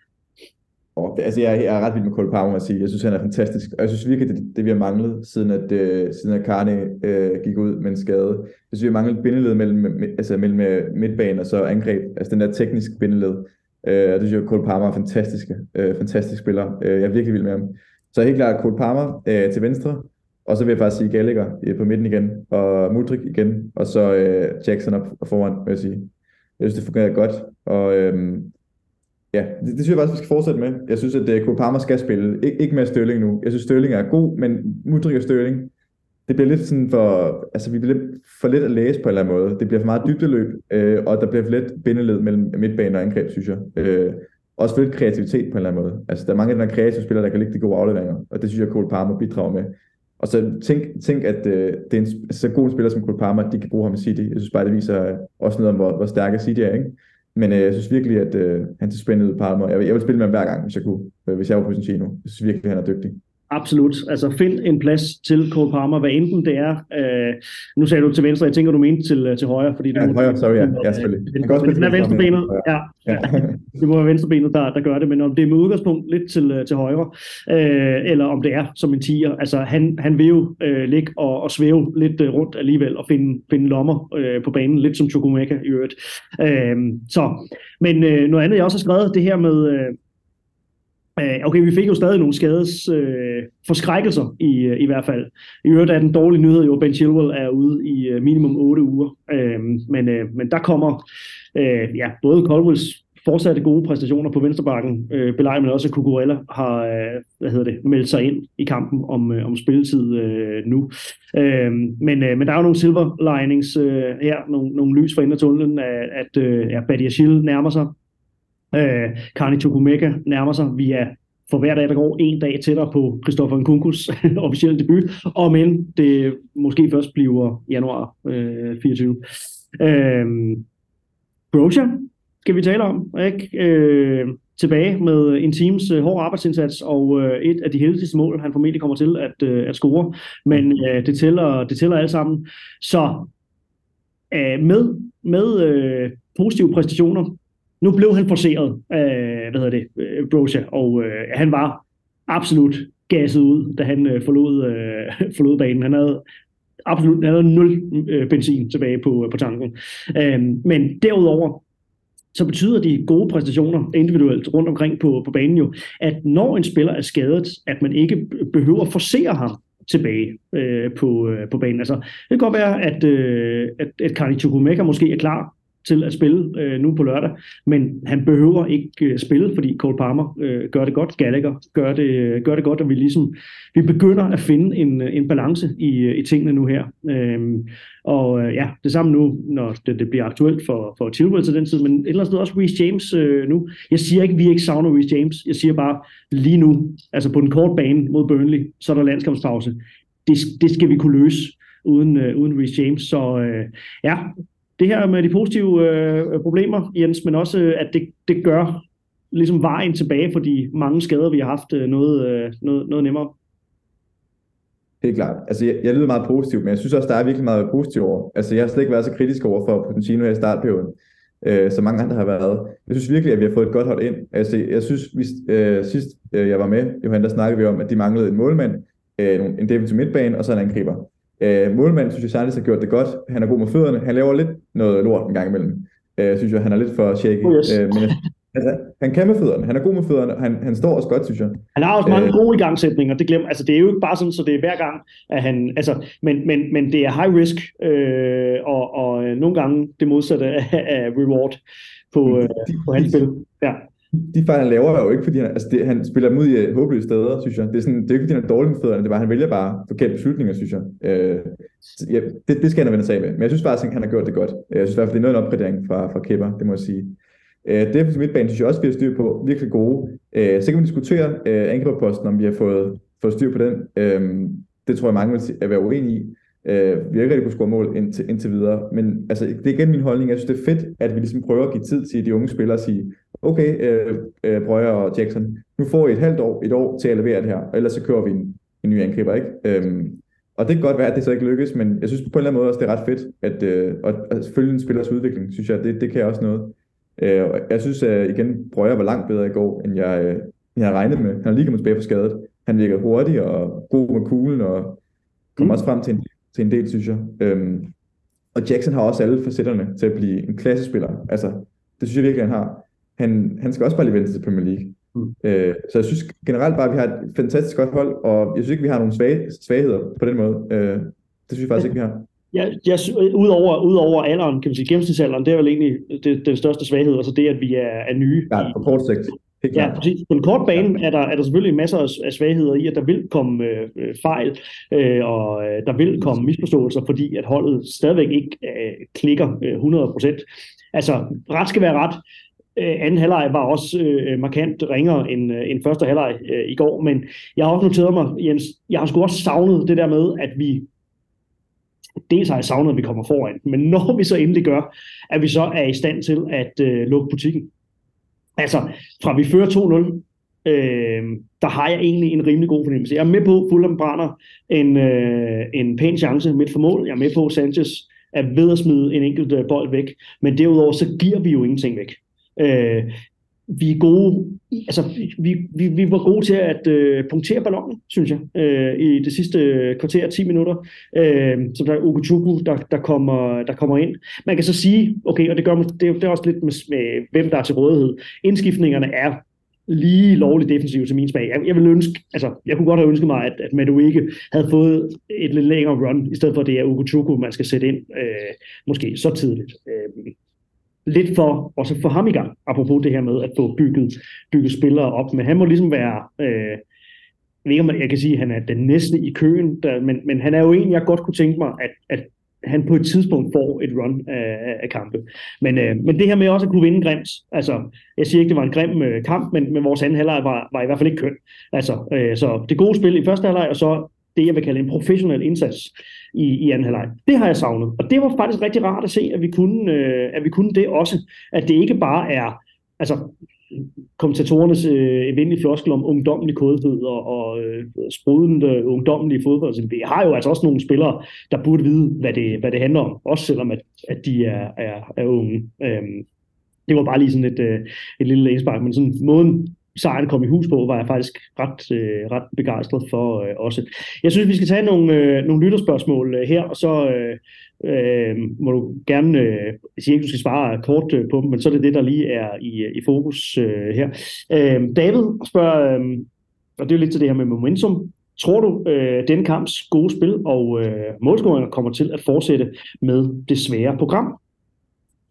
Oh, altså jeg, jeg er ret vild med Cole Palmer, at sige. Jeg synes, han er fantastisk. Og jeg synes virkelig, det, det vi har manglet, siden at, øh, siden at Carney øh, gik ud med en skade. Jeg synes, vi har manglet bindeled mellem, med, altså, mellem midtbanen og så angreb. Altså den der tekniske bindeled. Øh, og det synes jeg, Cole Palmer er fantastiske, øh, fantastisk spiller. Øh, jeg er virkelig vild med ham. Så helt klart Cole Palmer øh, til venstre, og så vil jeg faktisk sige Gallagher øh, på midten igen, og Mudryk igen, og så øh, Jackson op foran, vil jeg sige. Jeg synes, det fungerer godt, og øh, ja, det, det synes jeg faktisk, vi skal fortsætte med. Jeg synes, at øh, Cole Palmer skal spille, Ik- ikke med Sterling nu. Jeg synes, Sterling er god, men Mudryk og Sterling, det bliver lidt sådan for, altså vi bliver lidt for lidt at læse på en eller anden måde. Det bliver for meget dybdeløb, øh, og der bliver for lidt bindeled mellem midtbane og angreb, synes jeg. Øh, Også for lidt kreativitet på en eller anden måde. Altså, der er mange af de her kreative spillere, der kan lægge de gode afleveringer, og det synes jeg, Cole Palmer bidrager med. Og så tænk, tænk at øh, det er en så god spiller som Cole Palmer, at de kan bruge ham i City. Jeg synes bare, det viser øh, også noget om, hvor, hvor stærke City er, ikke? Men øh, jeg synes virkelig, at øh, han ser spændende ud, Palmer. Jeg vil, jeg vil spille med ham hver gang, hvis jeg kunne, øh, hvis jeg var på Pochettino. Jeg synes virkelig, at han er dygtig. Absolut. Altså find en plads til Cole Palmer, hvad enten det er. Øh, nu sagde du til venstre, jeg tænker, du mente til, til højre. Fordi ja, du, højre, sorry, ja. Ja, selvfølgelig. Han kan også spille til venstrebenet. Ja, ja. Det må være venstrebenet, der, der gør det, men om det er med udgangspunkt lidt til, til højre, øh, eller om det er som en tier. Altså han, han vil jo øh, ligge og, og svæve lidt øh, rundt alligevel, og finde, finde lommer øh, på banen, lidt som Chukwuemeka i øvrigt. Øh, så, men øh, noget andet, jeg også har skrevet, det her med... Øh, Okay, vi fik jo stadig nogle skades øh, forskrækkelser i, i hvert fald. I øvrigt er den dårlige nyhed jo, at Ben Chilwell er ude i øh, minimum otte uger. Øh, men, øh, men der kommer øh, ja, både Colwells fortsatte gode præstationer på venstrebakken, øh, belejret, men også at Cucurella har øh, hvad hedder det, meldt sig ind i kampen om, øh, om spilletid øh, nu. Øh, men, øh, men der er jo nogle silver linings øh, her, nogle, nogle lys for enden af tunnelen, at, at øh, ja, Badiashile nærmer sig. Øh, Carney Chukwuemeka nærmer sig. Vi er for hver dag, der går en dag tættere på Christopher Nkunkus officielle debut, og men det måske først bliver januar øh, fireogtyve. Øh, Broja skal vi tale om, ikke? Øh, tilbage med en teams øh, hård arbejdsindsats og øh, et af de heldigste mål, han formentlig kommer til at, øh, at score, men øh, det, tæller, det tæller alle sammen. Så øh, med, med øh, positive præstationer. Nu blev han forceret af, hvad hedder det, Broja, og øh, han var absolut gasset ud, da han øh, forlod, øh, forlod banen. Han havde absolut han havde nul øh, benzin tilbage på, på tanken. Øh, men derudover, så betyder de gode præstationer individuelt rundt omkring på, på banen jo, at når en spiller er skadet, at man ikke behøver at forcere ham tilbage øh, på, øh, på banen. Altså, det kan godt være, at, øh, at, at Carney Chukwuemeka måske er klar til at spille øh, nu på lørdag, men han behøver ikke øh, spille, fordi Cole Palmer øh, gør det godt, Gallagher gør det, gør det godt, og vi ligesom vi begynder at finde en, en balance i, i tingene nu her. Øhm, og øh, ja, det samme nu, når det, det bliver aktuelt for, for Chilwell til den tid, men et eller andet sted også Reece James øh, nu. Jeg siger ikke, at vi ikke savner Reece James, jeg siger bare lige nu, altså på den korte bane mod Burnley, så er der landskampspause. Det, det skal vi kunne løse uden, øh, uden Reece James, så øh, ja, det her med de positive øh, problemer, Jens, men også, øh, at det, det gør ligesom vejen tilbage for de mange skader, vi har haft, øh, noget, øh, noget, noget nemmere. Helt klart. Altså, jeg, jeg lyder meget positiv, men jeg synes også, der er virkelig meget positivt over. Altså, jeg har slet ikke været så kritisk over for Pochettino her i startperioden, øh, som mange andre har været. Jeg synes virkelig, at vi har fået et godt hold ind. Altså, jeg synes, vi, øh, sidst øh, jeg var med, Johan, der snakkede vi om, at de manglede en målmand, øh, en defensiv midtbane og så en angriber. Øh, målmanden synes jeg særligt har gjort det godt. Han er god med fødderne. Han laver lidt noget lort en gang imellem. Øh, jeg synes jo, han er lidt for shaky. Oh yes. øh, men jeg, altså, han kan med fødderne. Han er god med fødderne. Han, han står også godt, synes jeg. Han har også mange øh, gode igangsætninger. Det glemmer. Altså, det er jo ikke bare sådan, så det er hver gang, at han. Altså, men, men, men det er high risk, øh, og, og nogle gange det modsatte af, af reward på, øh, de, på hans spil. Ja. De fejl, han laver, er jo ikke, fordi han, altså det, han spiller dem ud i håbløse steder, synes jeg. Det er, sådan, det er ikke, fordi han er dårlig med fødderne, det er bare, han vælger bare forkerte beslutninger, synes jeg. Øh, ja, det, det skal han have vendt sig af med. Men jeg synes faktisk, at han har gjort det godt. Jeg synes i hvert fald, det er noget en opgradering fra, fra Kepa, det må jeg sige. Øh, defensiv midtbane synes jeg også, vi har styr på, virkelig gode. Øh, så kan vi diskutere øh, angriberposten, om vi har fået, fået styr på den. Øh, det tror jeg, mange vil være uenige i. Uh, vi har ikke rigtig kunne score mål indtil, indtil videre, men altså, det er igen min holdning. Jeg synes, det er fedt, at vi ligesom prøver at give tid til de unge spillere og sige, okay, uh, uh, Brøger og Jackson, nu får I et halvt år, et år til at levere det her, og ellers så kører vi en, en ny angriber, ikke? Um, og det kan godt være, at det så ikke lykkes, men jeg synes på en eller anden måde også, det er ret fedt, at, uh, at, at følge en spillers udvikling, synes jeg, det, det kan også noget. Uh, jeg synes uh, igen, Brøger var langt bedre i går, end jeg, uh, end jeg havde regnet med. Han er lige kommet tilbage for skadet. Han virker hurtig og god med kuglen, og kommer mm. også frem til en til en del, synes jeg. Øhm, og Jackson har også alle facetterne til at blive en klassespiller. Altså, det synes jeg virkelig, han har. Han, han skal også bare lige vente til Premier League. Mm. Øh, så jeg synes generelt bare, at vi har et fantastisk godt hold, og jeg synes ikke, vi har nogle svag, svagheder på den måde. Øh, det synes jeg faktisk ikke, vi har. Ja, jeg, udover, udover alderen, kan man sige, gennemsnitsalderen, det er vel egentlig det, den største svaghed, altså det, at vi er, er nye. Ja, på kort sigt. Ja, præcis. På en kort bane er der, er der selvfølgelig masser af svagheder i, at der vil komme øh, fejl, øh, og øh, der vil komme misforståelser, fordi at holdet stadigvæk ikke øh, klikker øh, hundrede procent. Altså, ret skal være ret. Øh, anden halvleg var også øh, markant ringere end, øh, end første halvleg øh, i går, men jeg har også noteret mig, Jens, jeg har sgu også savnet det der med, at vi dels har jeg savnet, at vi kommer foran, men når vi så endelig gør, at vi så er i stand til at øh, lukke butikken. Altså, fra vi fører to nul, øh, der har jeg egentlig en rimelig god fornemmelse. Jeg er med på, at Fulham brænder en, øh, en pæn chance midt for mål. Jeg er med på, at Sanchez er ved at smide en enkelt øh, bold væk. Men derudover, så giver vi jo ingenting væk. Øh, vi er gode, altså, vi, vi, vi var gode til at øh, punktere ballonen, synes jeg, øh, i det sidste kvarter, ti minutter. Øh, så der er Ugochukwu, der, der, kommer, der kommer ind. Man kan så sige, okay, og det gør det, det er også lidt med, med, hvem der er til rådighed. Indskiftningerne er lige lovligt defensive til min smag. Jeg, jeg vil ønske, altså, jeg kunne godt have ønsket mig, at, at Madueke havde fået et lidt længere run, i stedet for det er Ugochukwu, man skal sætte ind, øh, måske så tidligt. Øh, lidt for, også for ham i gang, apropos det her med at få bygget, bygget spillere op, men han må ligesom være, øh, jeg ved ikke om jeg kan sige, at han er den næste i køen, der, men, men han er jo en, jeg godt kunne tænke mig, at, at han på et tidspunkt får et run af, af kampe. Men, øh, men det her med også at kunne vinde grimt, altså, jeg siger ikke, det var en grim øh, kamp, men, men vores anden halvleg var, var i hvert fald ikke køn. Altså, øh, så det gode spil i første halvleg, og så det, jeg vil kalde en professionel indsats i, i anden halvleg. Det har jeg savnet. Og det var faktisk rigtig rart at se, at vi kunne, øh, at vi kunne det også. At det ikke bare er altså, kommentatorernes øh, evindelige floskel om ungdommelig kodhed og, og øh, sprudende ungdommelige fodbold. Så vi har jo altså også nogle spillere, der burde vide, hvad det, hvad det handler om. Også selvom, at, at de er, er, er unge. Øhm, det var bare lige sådan et, øh, et lille indspark. Men sådan måden sejren kom i hus på, var jeg faktisk ret, øh, ret begejstret for øh, også. Jeg synes, vi skal tage nogle, øh, nogle lytterspørgsmål øh, her, og så øh, øh, må du gerne, øh, jeg siger ikke, du skal svare kort øh, på dem, men så er det det, der lige er i, i fokus øh, her. Øh, David spørger, øh, og det er jo lidt til det her med momentum. Tror du, øh, denne kamps gode spil og øh, målscoringer kommer til at fortsætte med det svære program?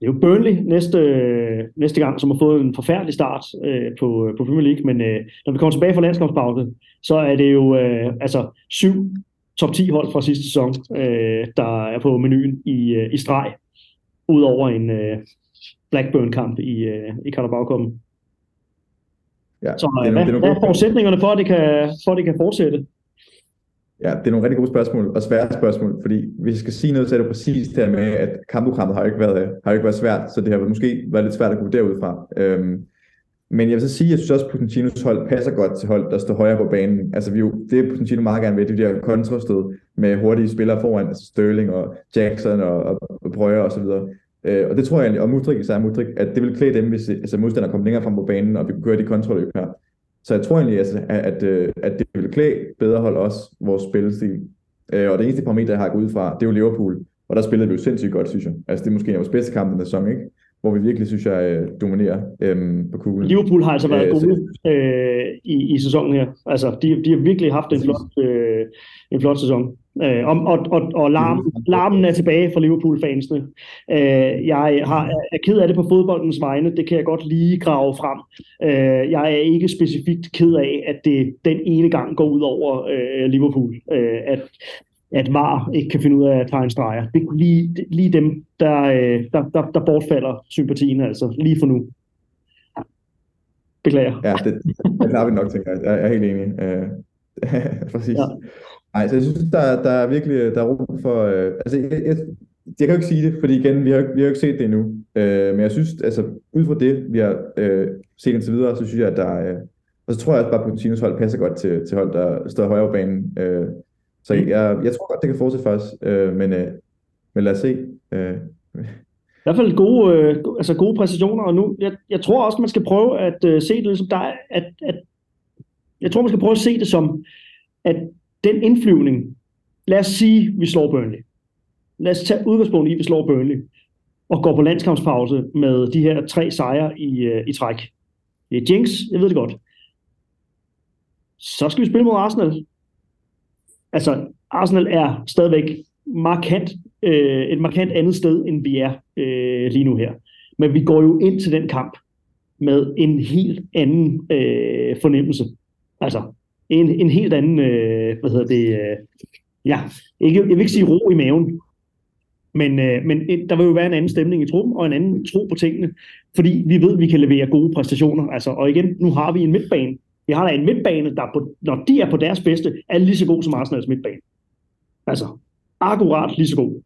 Det er jo Burnley næste, næste gang, som har fået en forfærdelig start øh, på, på Premier League, men øh, når vi kommer tilbage fra landskampspause, så er det jo øh, altså syv top ti hold fra sidste sæson, øh, der er på menuen i, øh, i streg, udover en øh, Blackburn-kamp i, øh, i Carabao-cupen. Ja, så det er, hvad, det er hvad er forudsætningerne for, at det kan, for, at det kan fortsætte? Ja, det er nogle rigtig gode spørgsmål, og svære spørgsmål, fordi hvis jeg skal sige noget, så er det præcis det her med, at kampprogrammet har ikke været, har ikke været svært, så det har måske været lidt svært at gå derudfra. Øhm, men jeg vil så sige, at jeg synes også, at Pochettino's hold passer godt til hold, der står højere på banen. Altså vi jo, det er Pochettino meget gerne ved, det er de der kontrastød med hurtige spillere foran, altså Sterling og Jackson og, og, og Brøger og så videre. Øh, og det tror jeg egentlig, og Mudryk, især Mudryk, at det vil klæde dem, hvis altså, modstanderne kommer længere frem på banen, og vi kan køre de kontrolløb her. Så jeg tror egentlig, altså, at, at, at det vil klæde bedre hold også vores spillestil. Og det eneste parameter, jeg har gået ud fra, det er jo Liverpool. Og der spillede vi jo sindssygt godt, synes jeg. Altså det er måske vores bedste kamp i den sæson, ikke? Hvor vi virkelig, synes jeg, dominerer øhm, på kuglen. Liverpool har altså været øh, gode øh, i, i sæsonen her. Altså de, de har virkelig haft en flot, øh, en flot sæson. Øh, og og, og, og larmen, larmen er tilbage fra Liverpool-fansene. Øh, jeg har, er ked af det på fodboldens vegne. Det kan jeg godt lige grave frem. Øh, jeg er ikke specifikt ked af, at det den ene gang går ud over øh, Liverpool. Øh, at at V A R ikke kan finde ud af at tage en streger. Det er lige, lige dem, der, der, der, der bortfalder sympatien, altså lige for nu. Beklager. Ja, det, det klarer vi nok, tænker jeg. Jeg er helt enig. Uh, præcis. Ja. Ej, så jeg synes, der, der er virkelig der er rum for... Uh, altså, jeg, jeg, jeg kan jo ikke sige det, fordi igen, vi har, vi har jo ikke set det endnu. Uh, men jeg synes, altså, ud fra det, vi har uh, set indtil videre, så synes jeg, at der... Uh, og så tror jeg også bare, at Pochettino's hold passer godt til, til hold, der står højere på banen. Uh, Så jeg, jeg tror godt, det kan fortsætte for os, øh, men, øh, men lad os se. Øh. I hvert fald gode, øh, altså gode præcisioner, og nu, jeg, jeg tror også, man skal prøve at øh, se det ligesom der, at, at jeg tror, man skal prøve at se det som, at den indflyvning, lad os sige, vi slår Burnley. Lad os tage udgangspunkt i, at vi slår Burnley, og går på landskampspause med de her tre sejre i, øh, i træk. Det er jinx, jeg ved det godt. Så skal vi spille mod Arsenal. Altså, Arsenal er stadigvæk markant, øh, et markant andet sted, end vi er øh, lige nu her. Men vi går jo ind til den kamp med en helt anden øh, fornemmelse. Altså, en, en helt anden, øh, hvad hedder det, øh, ja, ikke, jeg vil ikke sige ro i maven, men, øh, men der vil jo være en anden stemning i truppen, og en anden tro på tingene, fordi vi ved, at vi kan levere gode præstationer. Altså, og igen, nu har vi en midtbane. Vi har da en midtbane, der på, når de er på deres bedste, er lige så god som Arsenals midtbane. Altså, akkurat lige så god.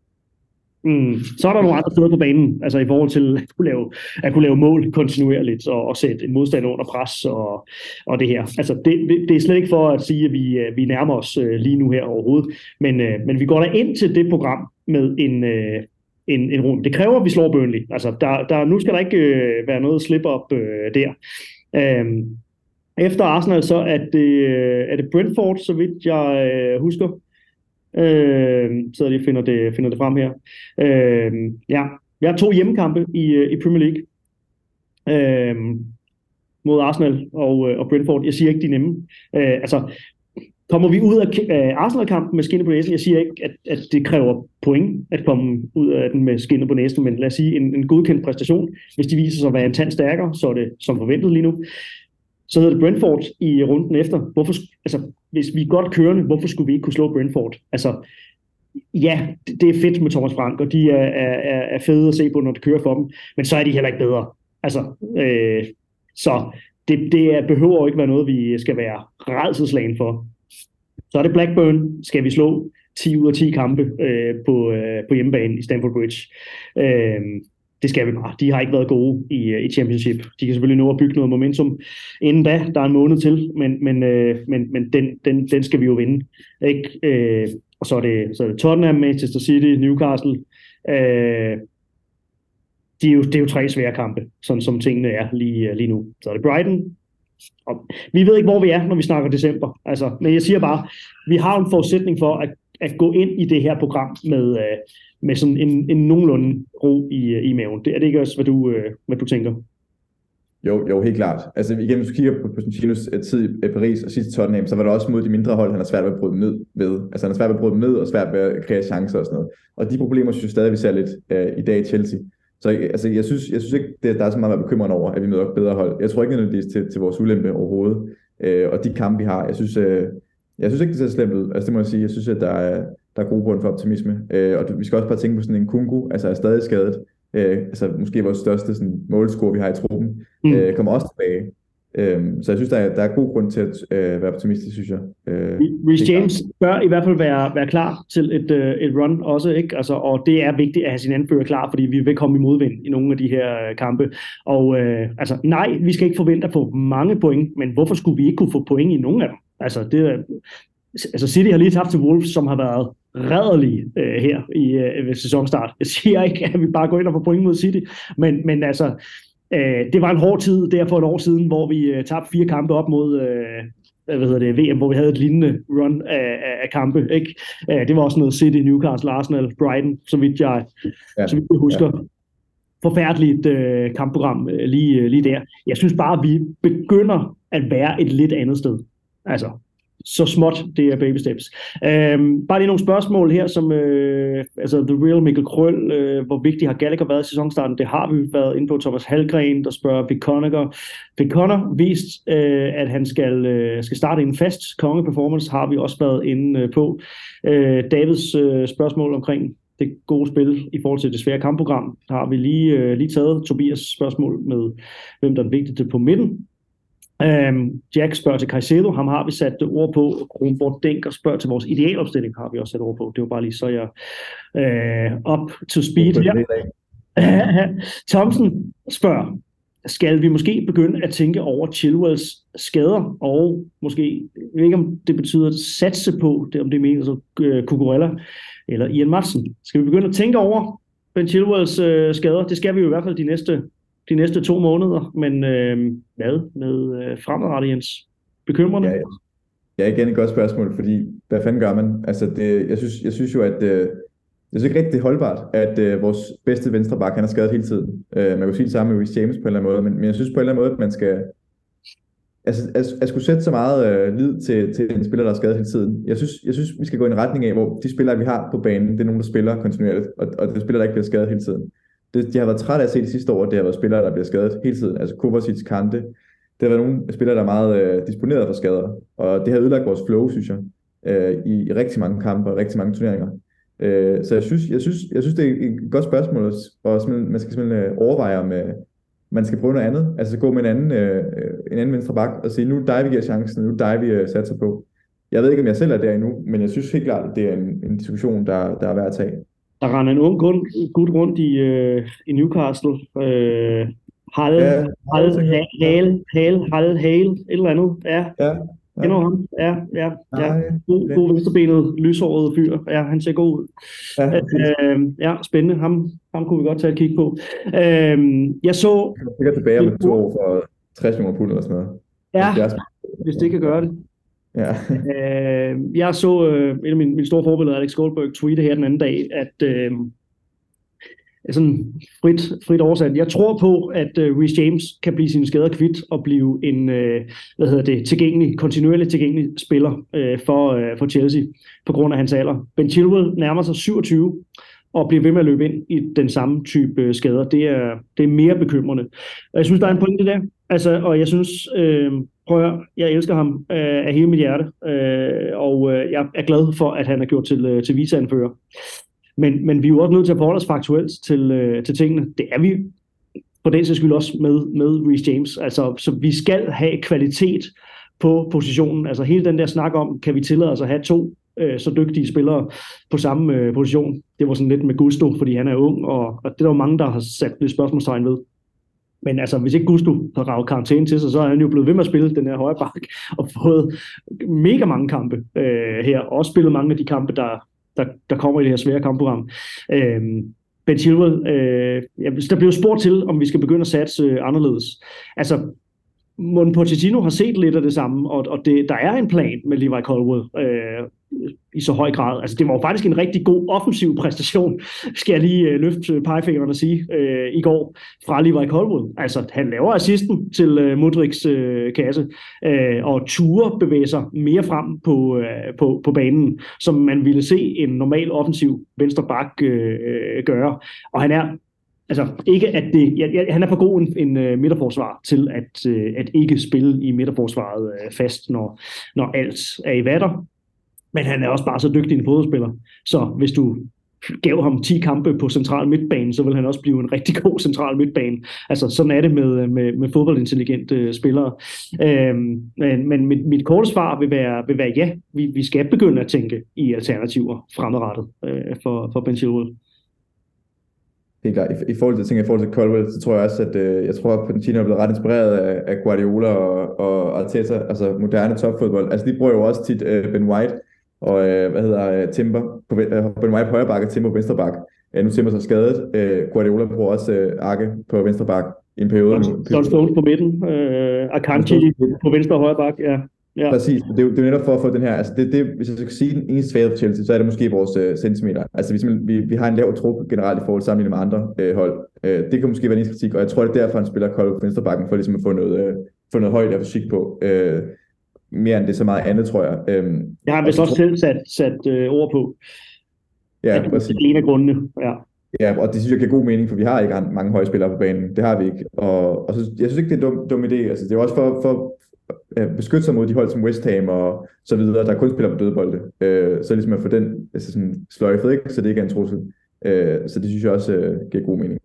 Mm. Så er der nogle andre steder på banen, altså i forhold til at kunne lave, at kunne lave mål kontinuerligt, og, og sætte en modstander under pres, og, og det her. Altså, det, det er slet ikke for at sige, at vi, vi nærmer os lige nu her overhovedet, men, men vi går da ind til det program med en, en, en rund. Det kræver, at vi slår Burnley. Altså, der, der, nu skal der ikke være noget slip-up der. Um, Efter Arsenal, så er det, er det Brentford, så vidt jeg øh, husker. Øh, så jeg finder det, finder det frem her. Øh, ja, vi har to hjemmekampe i, i Premier League. Øh, mod Arsenal og, og Brentford. Jeg siger ikke, de er nemme. Øh, altså, kommer vi ud af øh, Arsenal-kampen med skinnet på næsen? Jeg siger ikke, at, at det kræver point at komme ud af den med skinnet på næsen, men lad os sige en, en godkendt præstation. Hvis de viser sig at være en tand stærkere, så er det som forventet lige nu. Så hedder det Brentford i runden efter. Hvorfor, altså, hvis vi er godt kørende, hvorfor skulle vi ikke kunne slå Brentford? Altså, ja, det er fedt med Thomas Frank, og de er, er, er fede at se på, når det kører for dem, men så er de heller ikke bedre. Altså, øh, så det, det behøver ikke være noget, vi skal være rædselsslagen for. Så er det Blackburn, skal vi slå ti ud af ti kampe øh, på, øh, på hjemmebane i Stamford Bridge. Øh, Det skal vi bare. De har ikke været gode i, i Championship. De kan selvfølgelig nå at bygge noget momentum inden da. Der er en måned til, men, men, øh, men, men den, den, den skal vi jo vinde. Ikke? Øh, og så er, det, så er det Tottenham, Manchester City, Newcastle. Øh, de er jo, det er jo tre svære kampe, sådan som tingene er lige, lige nu. Så er det Brighton. Og vi ved ikke, hvor vi er, når vi snakker december. Altså, men jeg siger bare, vi har en forudsætning for at, at gå ind i det her program med... Øh, med sådan en, en nogenlunde ro i, i maven. Det er det ikke også, hvad du, øh, hvad du tænker? Jo, jo, helt klart. Altså igen, hvis du kigger på Pochettino's tid i Paris og sidst Tottenham, så var det også mod de mindre hold, han har svært ved at bryde dem ned ved. Altså han har svært ved at bryde dem ned og svært ved at kreere chancer og sådan noget. Og de problemer synes jeg stadig, vi ser lidt øh, i dag i Chelsea. Så altså, jeg, synes, jeg synes ikke, det, der er så meget at være bekymret over, at vi møder bedre hold. Jeg tror ikke nødvendigvis til, til vores ulempe overhovedet. Øh, og de kampe, vi har, jeg synes, øh, jeg synes ikke, det ser slemt ud. Altså det må jeg sige, jeg synes, at der er, der er god grund for optimisme. Øh, og vi skal også bare tænke på sådan en Kungu, altså er stadig skadet. Øh, altså måske vores største sådan, målscore, vi har i truppen, mm. øh, kommer også tilbage. Øhm, så jeg synes, der er, der er god grund til at øh, være optimistisk, synes jeg. Øh, Reece James bør i hvert fald være, være klar til et, øh, et run også, ikke? Altså, og det er vigtigt at have sin anfører klar, fordi vi vil komme i modvind i nogle af de her øh, kampe. Og øh, altså, nej, vi skal ikke forvente at få mange point, men hvorfor skulle vi ikke kunne få point i nogen af dem? Altså, det, altså City har lige tabt til Wolves, som har været rædderlige øh, her i øh, sæsonstart. Jeg siger ikke, at vi bare går ind og får point mod City, men, men altså det var en hård tid der for et år siden, hvor vi uh, tabte fire kampe op mod uh, hvad hedder det, V M, hvor vi havde et lignende run af, af kampe. Ikke? Uh, det var også noget City, Newcastle, Arsenal, Brighton, så vidt jeg, ja. så vidt jeg husker. Ja. Forfærdeligt uh, kampprogram uh, lige, uh, lige der. Jeg synes bare, at vi begynder at være et lidt andet sted. Altså, så småt, det er baby steps. Øhm, bare lige nogle spørgsmål her, som øh, altså The Real Mikkel Krøll, øh, hvor vigtig har Gallagher været i sæsonstarten? Det har vi været inde på. Thomas Hallgren, der spørger Vic Conner. Vic Conner vist, øh, at han skal, øh, skal starte en fast konge-performance, har vi også været inde øh, på. Øh, Davids øh, spørgsmål omkring det gode spil i forhold til det svære kampprogram, har vi lige, øh, lige taget. Tobias spørgsmål med, hvem der er vigtigt på midten. Um, Jack spørger til Caicedo, ham har vi sat ord på. Kronborg Denker spørger til vores idealopstilling, har vi også sat ord på. Det var bare lige så jeg uh, up to speed her. Thomsen spørger, skal vi måske begynde at tænke over Chilwells skader, og måske, jeg ved ikke om det betyder at satse på, det, om det mener så uh, Cucurella eller Ian Madsen. Skal vi begynde at tænke over Ben Chilwells uh, skader? Det skal vi jo i hvert fald de næste de næste to måneder, men øh, hvad med øh, fremadrettet, Jens? Bekymrende? Ja, ja. ja, igen et godt spørgsmål, fordi hvad fanden gør man? Altså, det, jeg, synes, jeg synes jo, at øh, jeg synes ikke rigtig, det er holdbart, at øh, vores bedste venstreback, han er skadet hele tiden. Øh, man kan sige det samme med Reece James på en eller anden måde, men, men jeg synes på en eller anden måde, at man skal altså, at, at skulle sætte så meget øh, lid til, til en spiller, der er skadet hele tiden. Jeg synes, jeg synes, vi skal gå i en retning af, hvor de spillere, vi har på banen, det er nogen, der spiller kontinuerligt, og, og det er spillere, der ikke bliver skadet hele tiden. Det, de har været træt af at se de sidste år, det har været spillere, der bliver skadet hele tiden. Altså Kovacic, Kante. Det har været nogle spillere, der er meget øh, disponeret for skader. Og det har ødelagt vores flow, synes jeg, øh, i, i rigtig mange kampe og rigtig mange turneringer. Øh, så jeg synes, jeg, synes, jeg synes, det er et godt spørgsmål, og man skal simpelthen overveje, om øh, man skal prøve noget andet. Altså gå med en anden, øh, en anden venstre bak og sige, nu er dig, vi giver chancen, nu er dig, vi øh, satser på. Jeg ved ikke, om jeg selv er der endnu, men jeg synes helt klart, at det er en, en diskussion, der, der er værd at tage. Der render en ung gut rundt i, øh, i Newcastle. Øh, Hal, ja, Hal, Hal, Hal, Hal, Hal, et eller andet. Ja, ja. Kender ham? Ja, ja. ja. God, god venstrebenet, lyshåret fyr. Ja, han ser god ud. Ja, øh, ja spændende. Ham, ham kunne vi godt tage et kig på. Øh, jeg så... Jeg sikkert tilbage om to år for tres millioner pund eller sådan noget. Ja, hvis det kan gøre det. Ja. øh, jeg så øh, en af mine, mine store forbilleder, Alex Goldberg, tweete her den anden dag, at øh, sådan frit, frit oversat, jeg tror på, at øh, Reece James kan blive sine skader kvidt og blive en øh, hvad hedder det, tilgængelig, kontinuerligt tilgængelig spiller øh, for, øh, for Chelsea på grund af hans alder. Ben Chilwell nærmer sig syvogtyve og bliver ved med at løbe ind i den samme type skader. Det er, det er mere bekymrende. Og jeg synes, der er en pointe der. Altså, og jeg synes, øh, prøv at høre, jeg elsker ham øh, af hele mit hjerte, øh, og øh, jeg er glad for, at han er gjort til, øh, til viceanfører. Men, men vi er jo også nødt til at forholde os faktuelt til, øh, til tingene. Det er vi på den sags skyld også med, med Reece James. Altså, så vi skal have kvalitet på positionen. Altså hele den der snak om, kan vi tillade os at have to øh, så dygtige spillere på samme øh, position. Det var sådan lidt med gusto, fordi han er ung, og, og det er der jo mange, der har sat lidt spørgsmålstegn ved. Men altså, hvis ikke Gusto har raget karantæne til sig, så er han jo blevet ved med at spille den her højre bak, og fået mega mange kampe øh, her, og også spillet mange af de kampe, der, der, der kommer i det her svære kampprogram. Øh, Ben Chilwell, øh, ja, der bliver spurgt til, om vi skal begynde at satse øh, anderledes. Altså, Mon Pochettino har set lidt af det samme, og, og det, der er en plan med Levi Colwill øh, i så høj grad. Altså, det var jo faktisk en rigtig god offensiv præstation, skal jeg lige øh, løfte pegefingeren og sige, øh, i går fra Levi Colwill. Altså, han laver assisten til øh, Mudriks øh, kasse, øh, og ture bevæger sig mere frem på, øh, på, på banen, som man ville se en normal offensiv venstre bak øh, gøre. Og han er altså ikke at det, ja, ja, han er for god en, en uh, midterforsvar til at, uh, at ikke spille i midterforsvaret uh, fast, når, når alt er i vatter. Men han er også bare så dygtig en fodboldspiller. Så hvis du gav ham ti kampe på central midtbane, så vil han også blive en rigtig god central midtbane. Altså sådan er det med, med, med fodboldintelligente spillere. Øhm, men men mit, mit korte svar vil være, vil være ja, vi, vi skal begynde at tænke i alternativer fremadrettet øh, for, for Ben Chilwell. Helt klart. I, i forhold til ting, i forhold til Colwell, så tror jeg også, at øh, jeg tror, at Pochettino er blevet ret inspireret af, af Guardiola og, og Arteta, altså moderne topfodbold. Altså de bruger jo også tit øh, Ben White og øh, hvad hedder Timber på øh, Ben White på højre bakke, Timber på venstre bakke. Øh, nu Timber så skadet. Øh, Guardiola bruger også øh, Arke på venstre bakke i en periode. John Stones på midten, øh, Akanji på venstre og højre bakke, ja. Ja. Præcis, det er, jo, det er jo netop for at få den her, altså det, det, hvis jeg skal sige den eneste svaghed på Chelsea, så er det måske vores uh, centimeter. Altså vi, vi, vi har en lav trup generelt i forhold til sammenlignet med andre uh, hold. Uh, det kan måske være en kritik, og jeg tror, det er derfor, han spiller Kold på venstrebakken, for ligesom at få noget, uh, få noget højde af fysik på. Uh, mere end det så meget andet, tror jeg. Um, jeg har vist også selv sat, sat uh, ord på. Ja, præcis. Det er en af grundene, ja. Ja, og det synes jeg giver god mening, for vi har ikke mange høje spillere på banen. Det har vi ikke. Og, og så, jeg synes ikke, det er en dum, dum idé. Altså, det er også for, for beskytte sig mod de hold som West Ham og så videre, der kun spiller på dødbolde. Øh, så ligesom at få den altså sådan sløjfet, ikke? Så det ikke er en trussel. Øh, så det synes jeg også øh, giver god mening.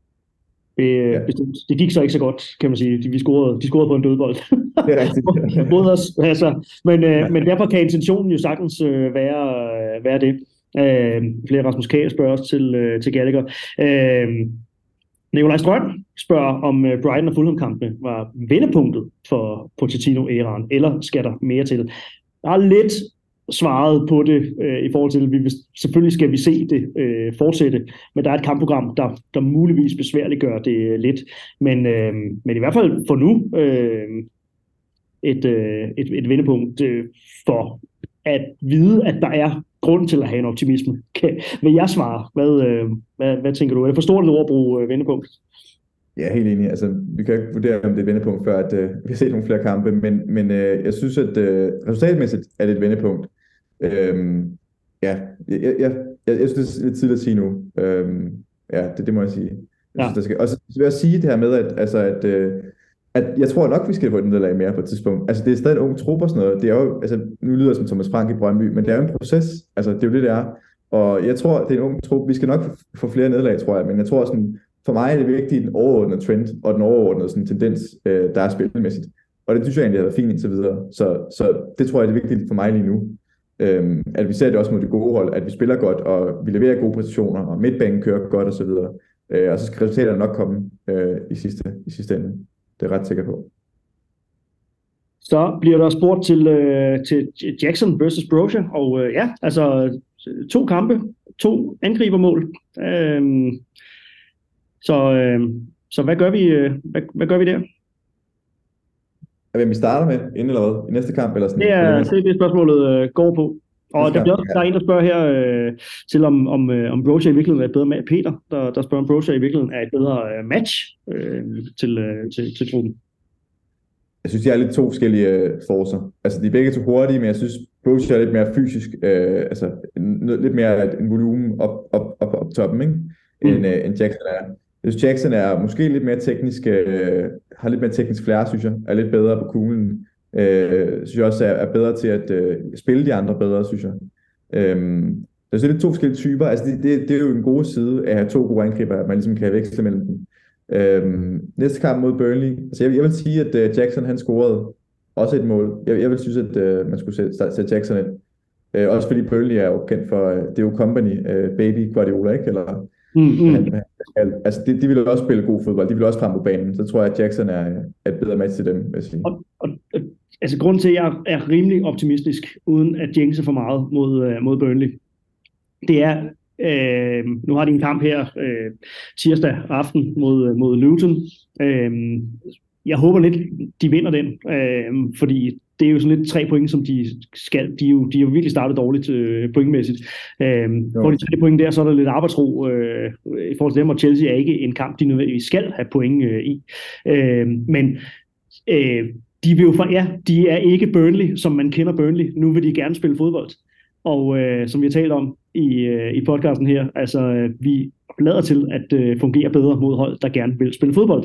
Det, ja. det gik så ikke så godt, kan man sige. De, vi scorede, de scorede på en dødbold. Det er rigtigt. Både os, altså, men, øh, men derfor kan intentionen jo sagtens øh, være, øh, være det. Øh, flere Rasmus K. spørger også til, øh, til Gallagher. Øh, Nikolaj Strøm spørger, om Brighton og Fulham-kampene var vendepunktet for Pochettino-æraen, eller skal der mere til? Jeg har lidt svaret på det øh, i forhold til, at vi selvfølgelig skal vi se det øh, fortsætte, men der er et kampprogram, der, der muligvis besværliggør det lidt. Men, øh, men i hvert fald for nu øh, et, øh, et, et vendepunkt øh, for at vide, at der er grund til at have en optimisme. Kan, vil jeg svare? Hvad, øh, hvad, hvad tænker du? Er det for stort et ord at bruge øh, vendepunkt? Ja, helt enig. Altså, vi kan ikke vurdere, om det er et vendepunkt, før at, øh, vi har set nogle flere kampe, men, men øh, jeg synes, at øh, resultatmæssigt er det et vendepunkt. Øhm, ja, jeg, jeg, jeg, jeg synes, det er lidt tidligt at sige nu. Øhm, ja, det, det må jeg sige. Jeg synes, ja. der skal, og så vil jeg sige det her med, at, altså, at, øh, at jeg tror nok, vi skal få et nederlag mere på et tidspunkt. Altså, det er stadig en ung trup og sådan noget. Det er jo, altså, nu lyder det som Thomas Frank i Brøndby, men det er jo en proces. Altså, det er jo det, det er. Og jeg tror, det er en ung trup. Vi skal nok få flere nederlag, tror jeg, men jeg tror sådan, for mig er det vigtigt den overordnede trend, og den overordnede sådan, tendens, øh, der er spilmæssigt. Og det synes jeg egentlig har været fint indtil videre. Så, så det tror jeg er det vigtige for mig lige nu. Øhm, at vi ser det også mod det gode hold, at vi spiller godt, og vi leverer gode positioner, og midtbanen kører godt, og så videre. Øh, og så skal resultaterne nok komme øh, i, sidste, i sidste ende. Det er jeg ret sikker på. Så bliver der spurgt til, øh, til Jackson versus Broja, og øh, ja, altså to kampe, to angribermål. Øhm, så, øh, så hvad gør vi, øh, hvad, hvad gør vi der? Hvem vi starter med, inden eller hvad? I næste kamp? Eller sådan det, er, det er det, spørgsmålet øh, går på. Og der, bliver, der er en, der spørger her øh, til, om, om, øh, om Broja i virkeligheden er et bedre match. Peter, der, der spørger, om Broja i virkeligheden er et bedre øh, match øh, til, øh, til, til truppen. Jeg synes, de er lidt to forskellige øh, forcer. Altså, de er begge to hurtige, men jeg synes, Broja er lidt mere fysisk, øh, altså en, lidt mere en volumen op, op, op, op toppen, ikke? Mm. End, øh, end Jackson er. Jeg synes, Jackson er måske lidt mere teknisk, øh, har lidt mere teknisk flere, synes jeg, er lidt bedre på kuglen. Øh, synes jeg også er, er bedre til at øh, spille de andre bedre, synes jeg. Øh, så det er lidt to forskellige typer. Altså, det, det, det er jo en god side af at have to gode angriber, at man ligesom kan veksle mellem dem. Øh, næste kamp mod Burnley. Altså, jeg, jeg vil sige, at uh, Jackson han scorede også et mål. Jeg, jeg vil synes, at uh, man skulle sætte, sætte Jackson ind. Øh, også fordi Burnley er jo kendt for, uh, det er jo company, uh, baby Guardiola, ikke? Eller Mm-hmm. Han, altså de, de vil også spille god fodbold, de vil også frem på banen, så tror jeg, at Jackson er, er et bedre match til dem, vil jeg sige. Og, og, altså grunden til, at jeg er rimelig optimistisk, uden at jinxe for meget mod, uh, mod Burnley, det er, øh, nu har de en kamp her øh, tirsdag aften mod, mod Luton. Øh, jeg håber lidt, de vinder den, øh, fordi det er jo sådan lidt tre point, som de skal. De er jo, de er jo virkelig startet dårligt øh, pointmæssigt. Øh, for de tre point der, så er der lidt arbejdsro øh, i forhold til dem, og Chelsea er ikke en kamp, de nødvendigvis skal have point øh, i. Øh, men øh, de, vil jo for, ja, de er ikke Burnley, som man kender Burnley. Nu vil de gerne spille fodbold. Og øh, som vi har talt om i, øh, i podcasten her, altså øh, vi lader til at øh, fungere bedre mod hold, der gerne vil spille fodbold.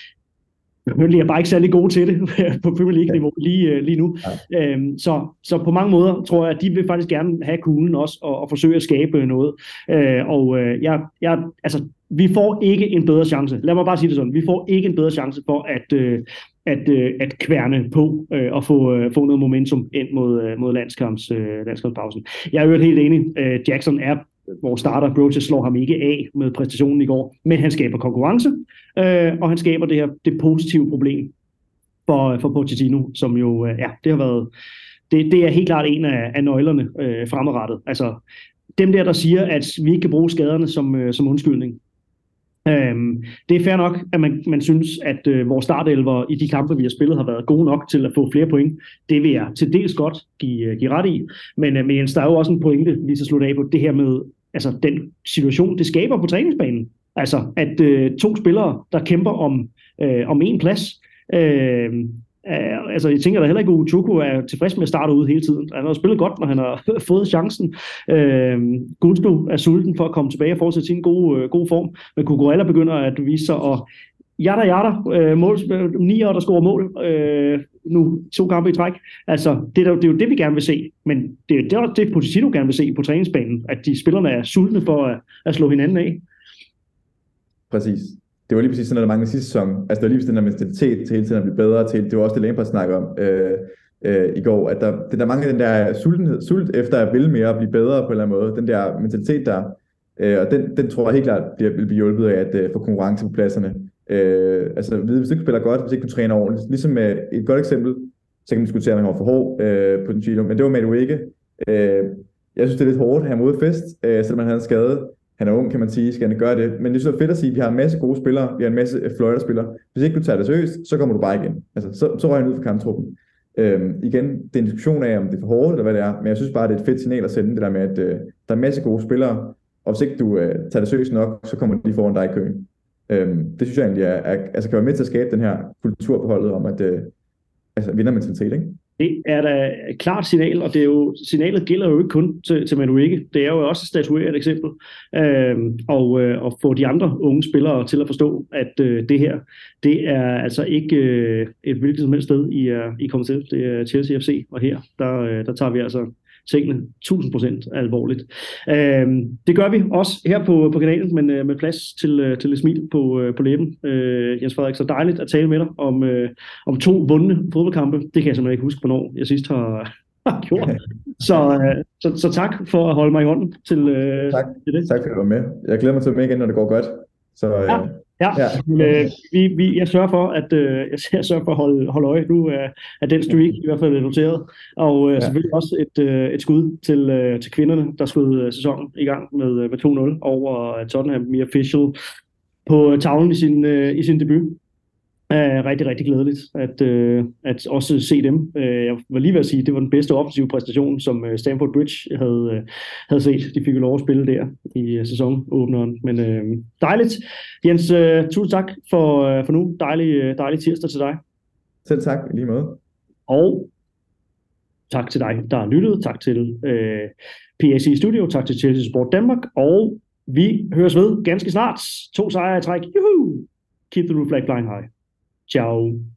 Burnley er bare ikke særlig gode til det på Premier League-niveau lige, lige nu. Ja. Øhm, så, så på mange måder tror jeg, at de vil faktisk gerne have kuglen også, og, og forsøge at skabe noget. Øh, og øh, jeg, jeg, altså, vi får ikke en bedre chance. Lad mig bare sige det sådan. Vi får ikke en bedre chance for at, øh, at, øh, at kværne på øh, og få, øh, få noget momentum ind mod, øh, mod landskamps, øh, landskampspausen. Jeg er jo helt enig. Øh, Jackson er vores starter. Broches slår ham ikke af med præstationen i går, men han skaber konkurrence, øh, og han skaber det her det positive problem for, for Pochettino, som jo, øh, ja, det har været, det, det er helt klart en af, af nøglerne øh, fremadrettet. Altså, dem der, der siger, at vi ikke kan bruge skaderne som, øh, som undskyldning. Øhm, det er fair nok, at man, man synes, at øh, vores startelver i de kampe, vi har spillet, har været gode nok til at få flere point. Det vil jeg til dels godt give, give ret i. Men, øh, men Jens, der er jo også en pointe, lige så slutte af på det her med altså, den situation, det skaber på træningsbanen. Altså, at øh, to spillere, der kæmper om, øh, om en plads. Øh, øh, altså, jeg tænker da heller ikke, at Uchuku er tilfreds med at starte ude hele tiden. Han har spillet godt, når han har fået chancen. Øh, Gusto er sulten for at komme tilbage og fortsætte sin gode, øh, gode form. Men Cucurella begynder at vise sig, og jada jada, øh, mål, nier, der scorer mål, øh, nu to kampe i træk. Altså, det er, det er jo det, vi gerne vil se. Men det er, det er også det, Pochettino gerne vil se på træningsbanen, at de spillerne er sultne for at, at slå hinanden af. Præcis. Det var lige præcis sådan, at der mange sidste sæson. Altså, det var lige præcis den der mentalitet til hele tiden at blive bedre til. Det var også det, Lampard snakker om øh, øh, i går, at der, det der mange af den der sultenhed, sult efter at ville mere og blive bedre på en eller anden måde. Den der mentalitet der, øh, og den, den tror jeg helt klart bliver, vil blive hjulpet af at øh, få konkurrence på pladserne. Øh, altså, hvis du ikke spiller godt, hvis ikke du træner ordentligt. Ligesom med et godt eksempel, så kan man diskutere, at man var for hård øh, potentielt, men det var Madueke. Øh, jeg synes, det er lidt hårdt at have mod fest, øh, selvom han havde en skade. Han er ung, kan man sige, skal han gøre det. Men det er så fedt at sige, at vi har en masse gode spillere, vi har en masse fløjterspillere. Hvis ikke du tager det seriøst, så kommer du bare igen. Altså, så, så røg han ud fra kamptruppen. Øhm, igen, det er en diskussion af, om det er for hårdt, eller hvad det er. Men jeg synes bare, det er et fedt signal at sende, det der med, at øh, der er en masse gode spillere. Og hvis ikke du øh, tager det seriøst nok, så kommer de foran dig i køen. Øhm, det synes jeg egentlig er, er, altså kan være med til at skabe den her kultur på holdet om, at øh, altså, vindermentalitet, ikke? Det er da et klart signal, og det er jo, signalet gælder jo ikke kun til, til Madueke. Det er jo også statueret et eksempel. Øhm, og, øh, og få de andre unge spillere til at forstå, at øh, det her, det er altså ikke øh, et hvilket som helst sted, I er, I kommer til. Det er Chelsea F C, og her, der, øh, der tager vi altså tingene tusind procent alvorligt. Øhm, det gør vi også her på, på kanalen, men øh, med plads til, til et smil på, øh, på læben. Øh, Jens Frederik, så dejligt at tale med dig om, øh, om to vundne fodboldkampe. Det kan jeg simpelthen ikke huske, hvornår jeg sidst har, har gjort. Så, øh, så, så tak for at holde mig i hånden til, øh, tak. til det. Tak for at du var med. Jeg glæder mig til at være med igen, når det går godt. Så, øh, ja. Ja, ja. Øh, vi, vi, jeg sørger for at øh, jeg sørger for at holde, holde øje. Nu er, er den streak i hvert fald noteret, og øh, ja. Selvfølgelig også et, øh, et skud til, øh, til kvinderne, der skød sæsonen i gang med, med to nul over Tottenham. Mia Official på tavlen i sin, øh, i sin debut. Uh, rigtig, rigtig glædeligt at, uh, at også se dem. Uh, jeg var lige ved at sige, at det var den bedste offensive præstation, som uh, Stamford Bridge havde, uh, havde set. De fik jo lov at spille der i uh, sæsonåbneren. Men uh, dejligt. Jens, uh, tusind tak for, uh, for nu. Dejlig, uh, dejlig tirsdag til dig. Selv tak, lige måde. Og tak til dig, der har lyttet. Tak til uh, P S I Studio. Tak til Chelsea Sport Danmark. Og vi høres ved ganske snart. To sejre i træk. Juhu! Keep the blue flag flying high. Ciao.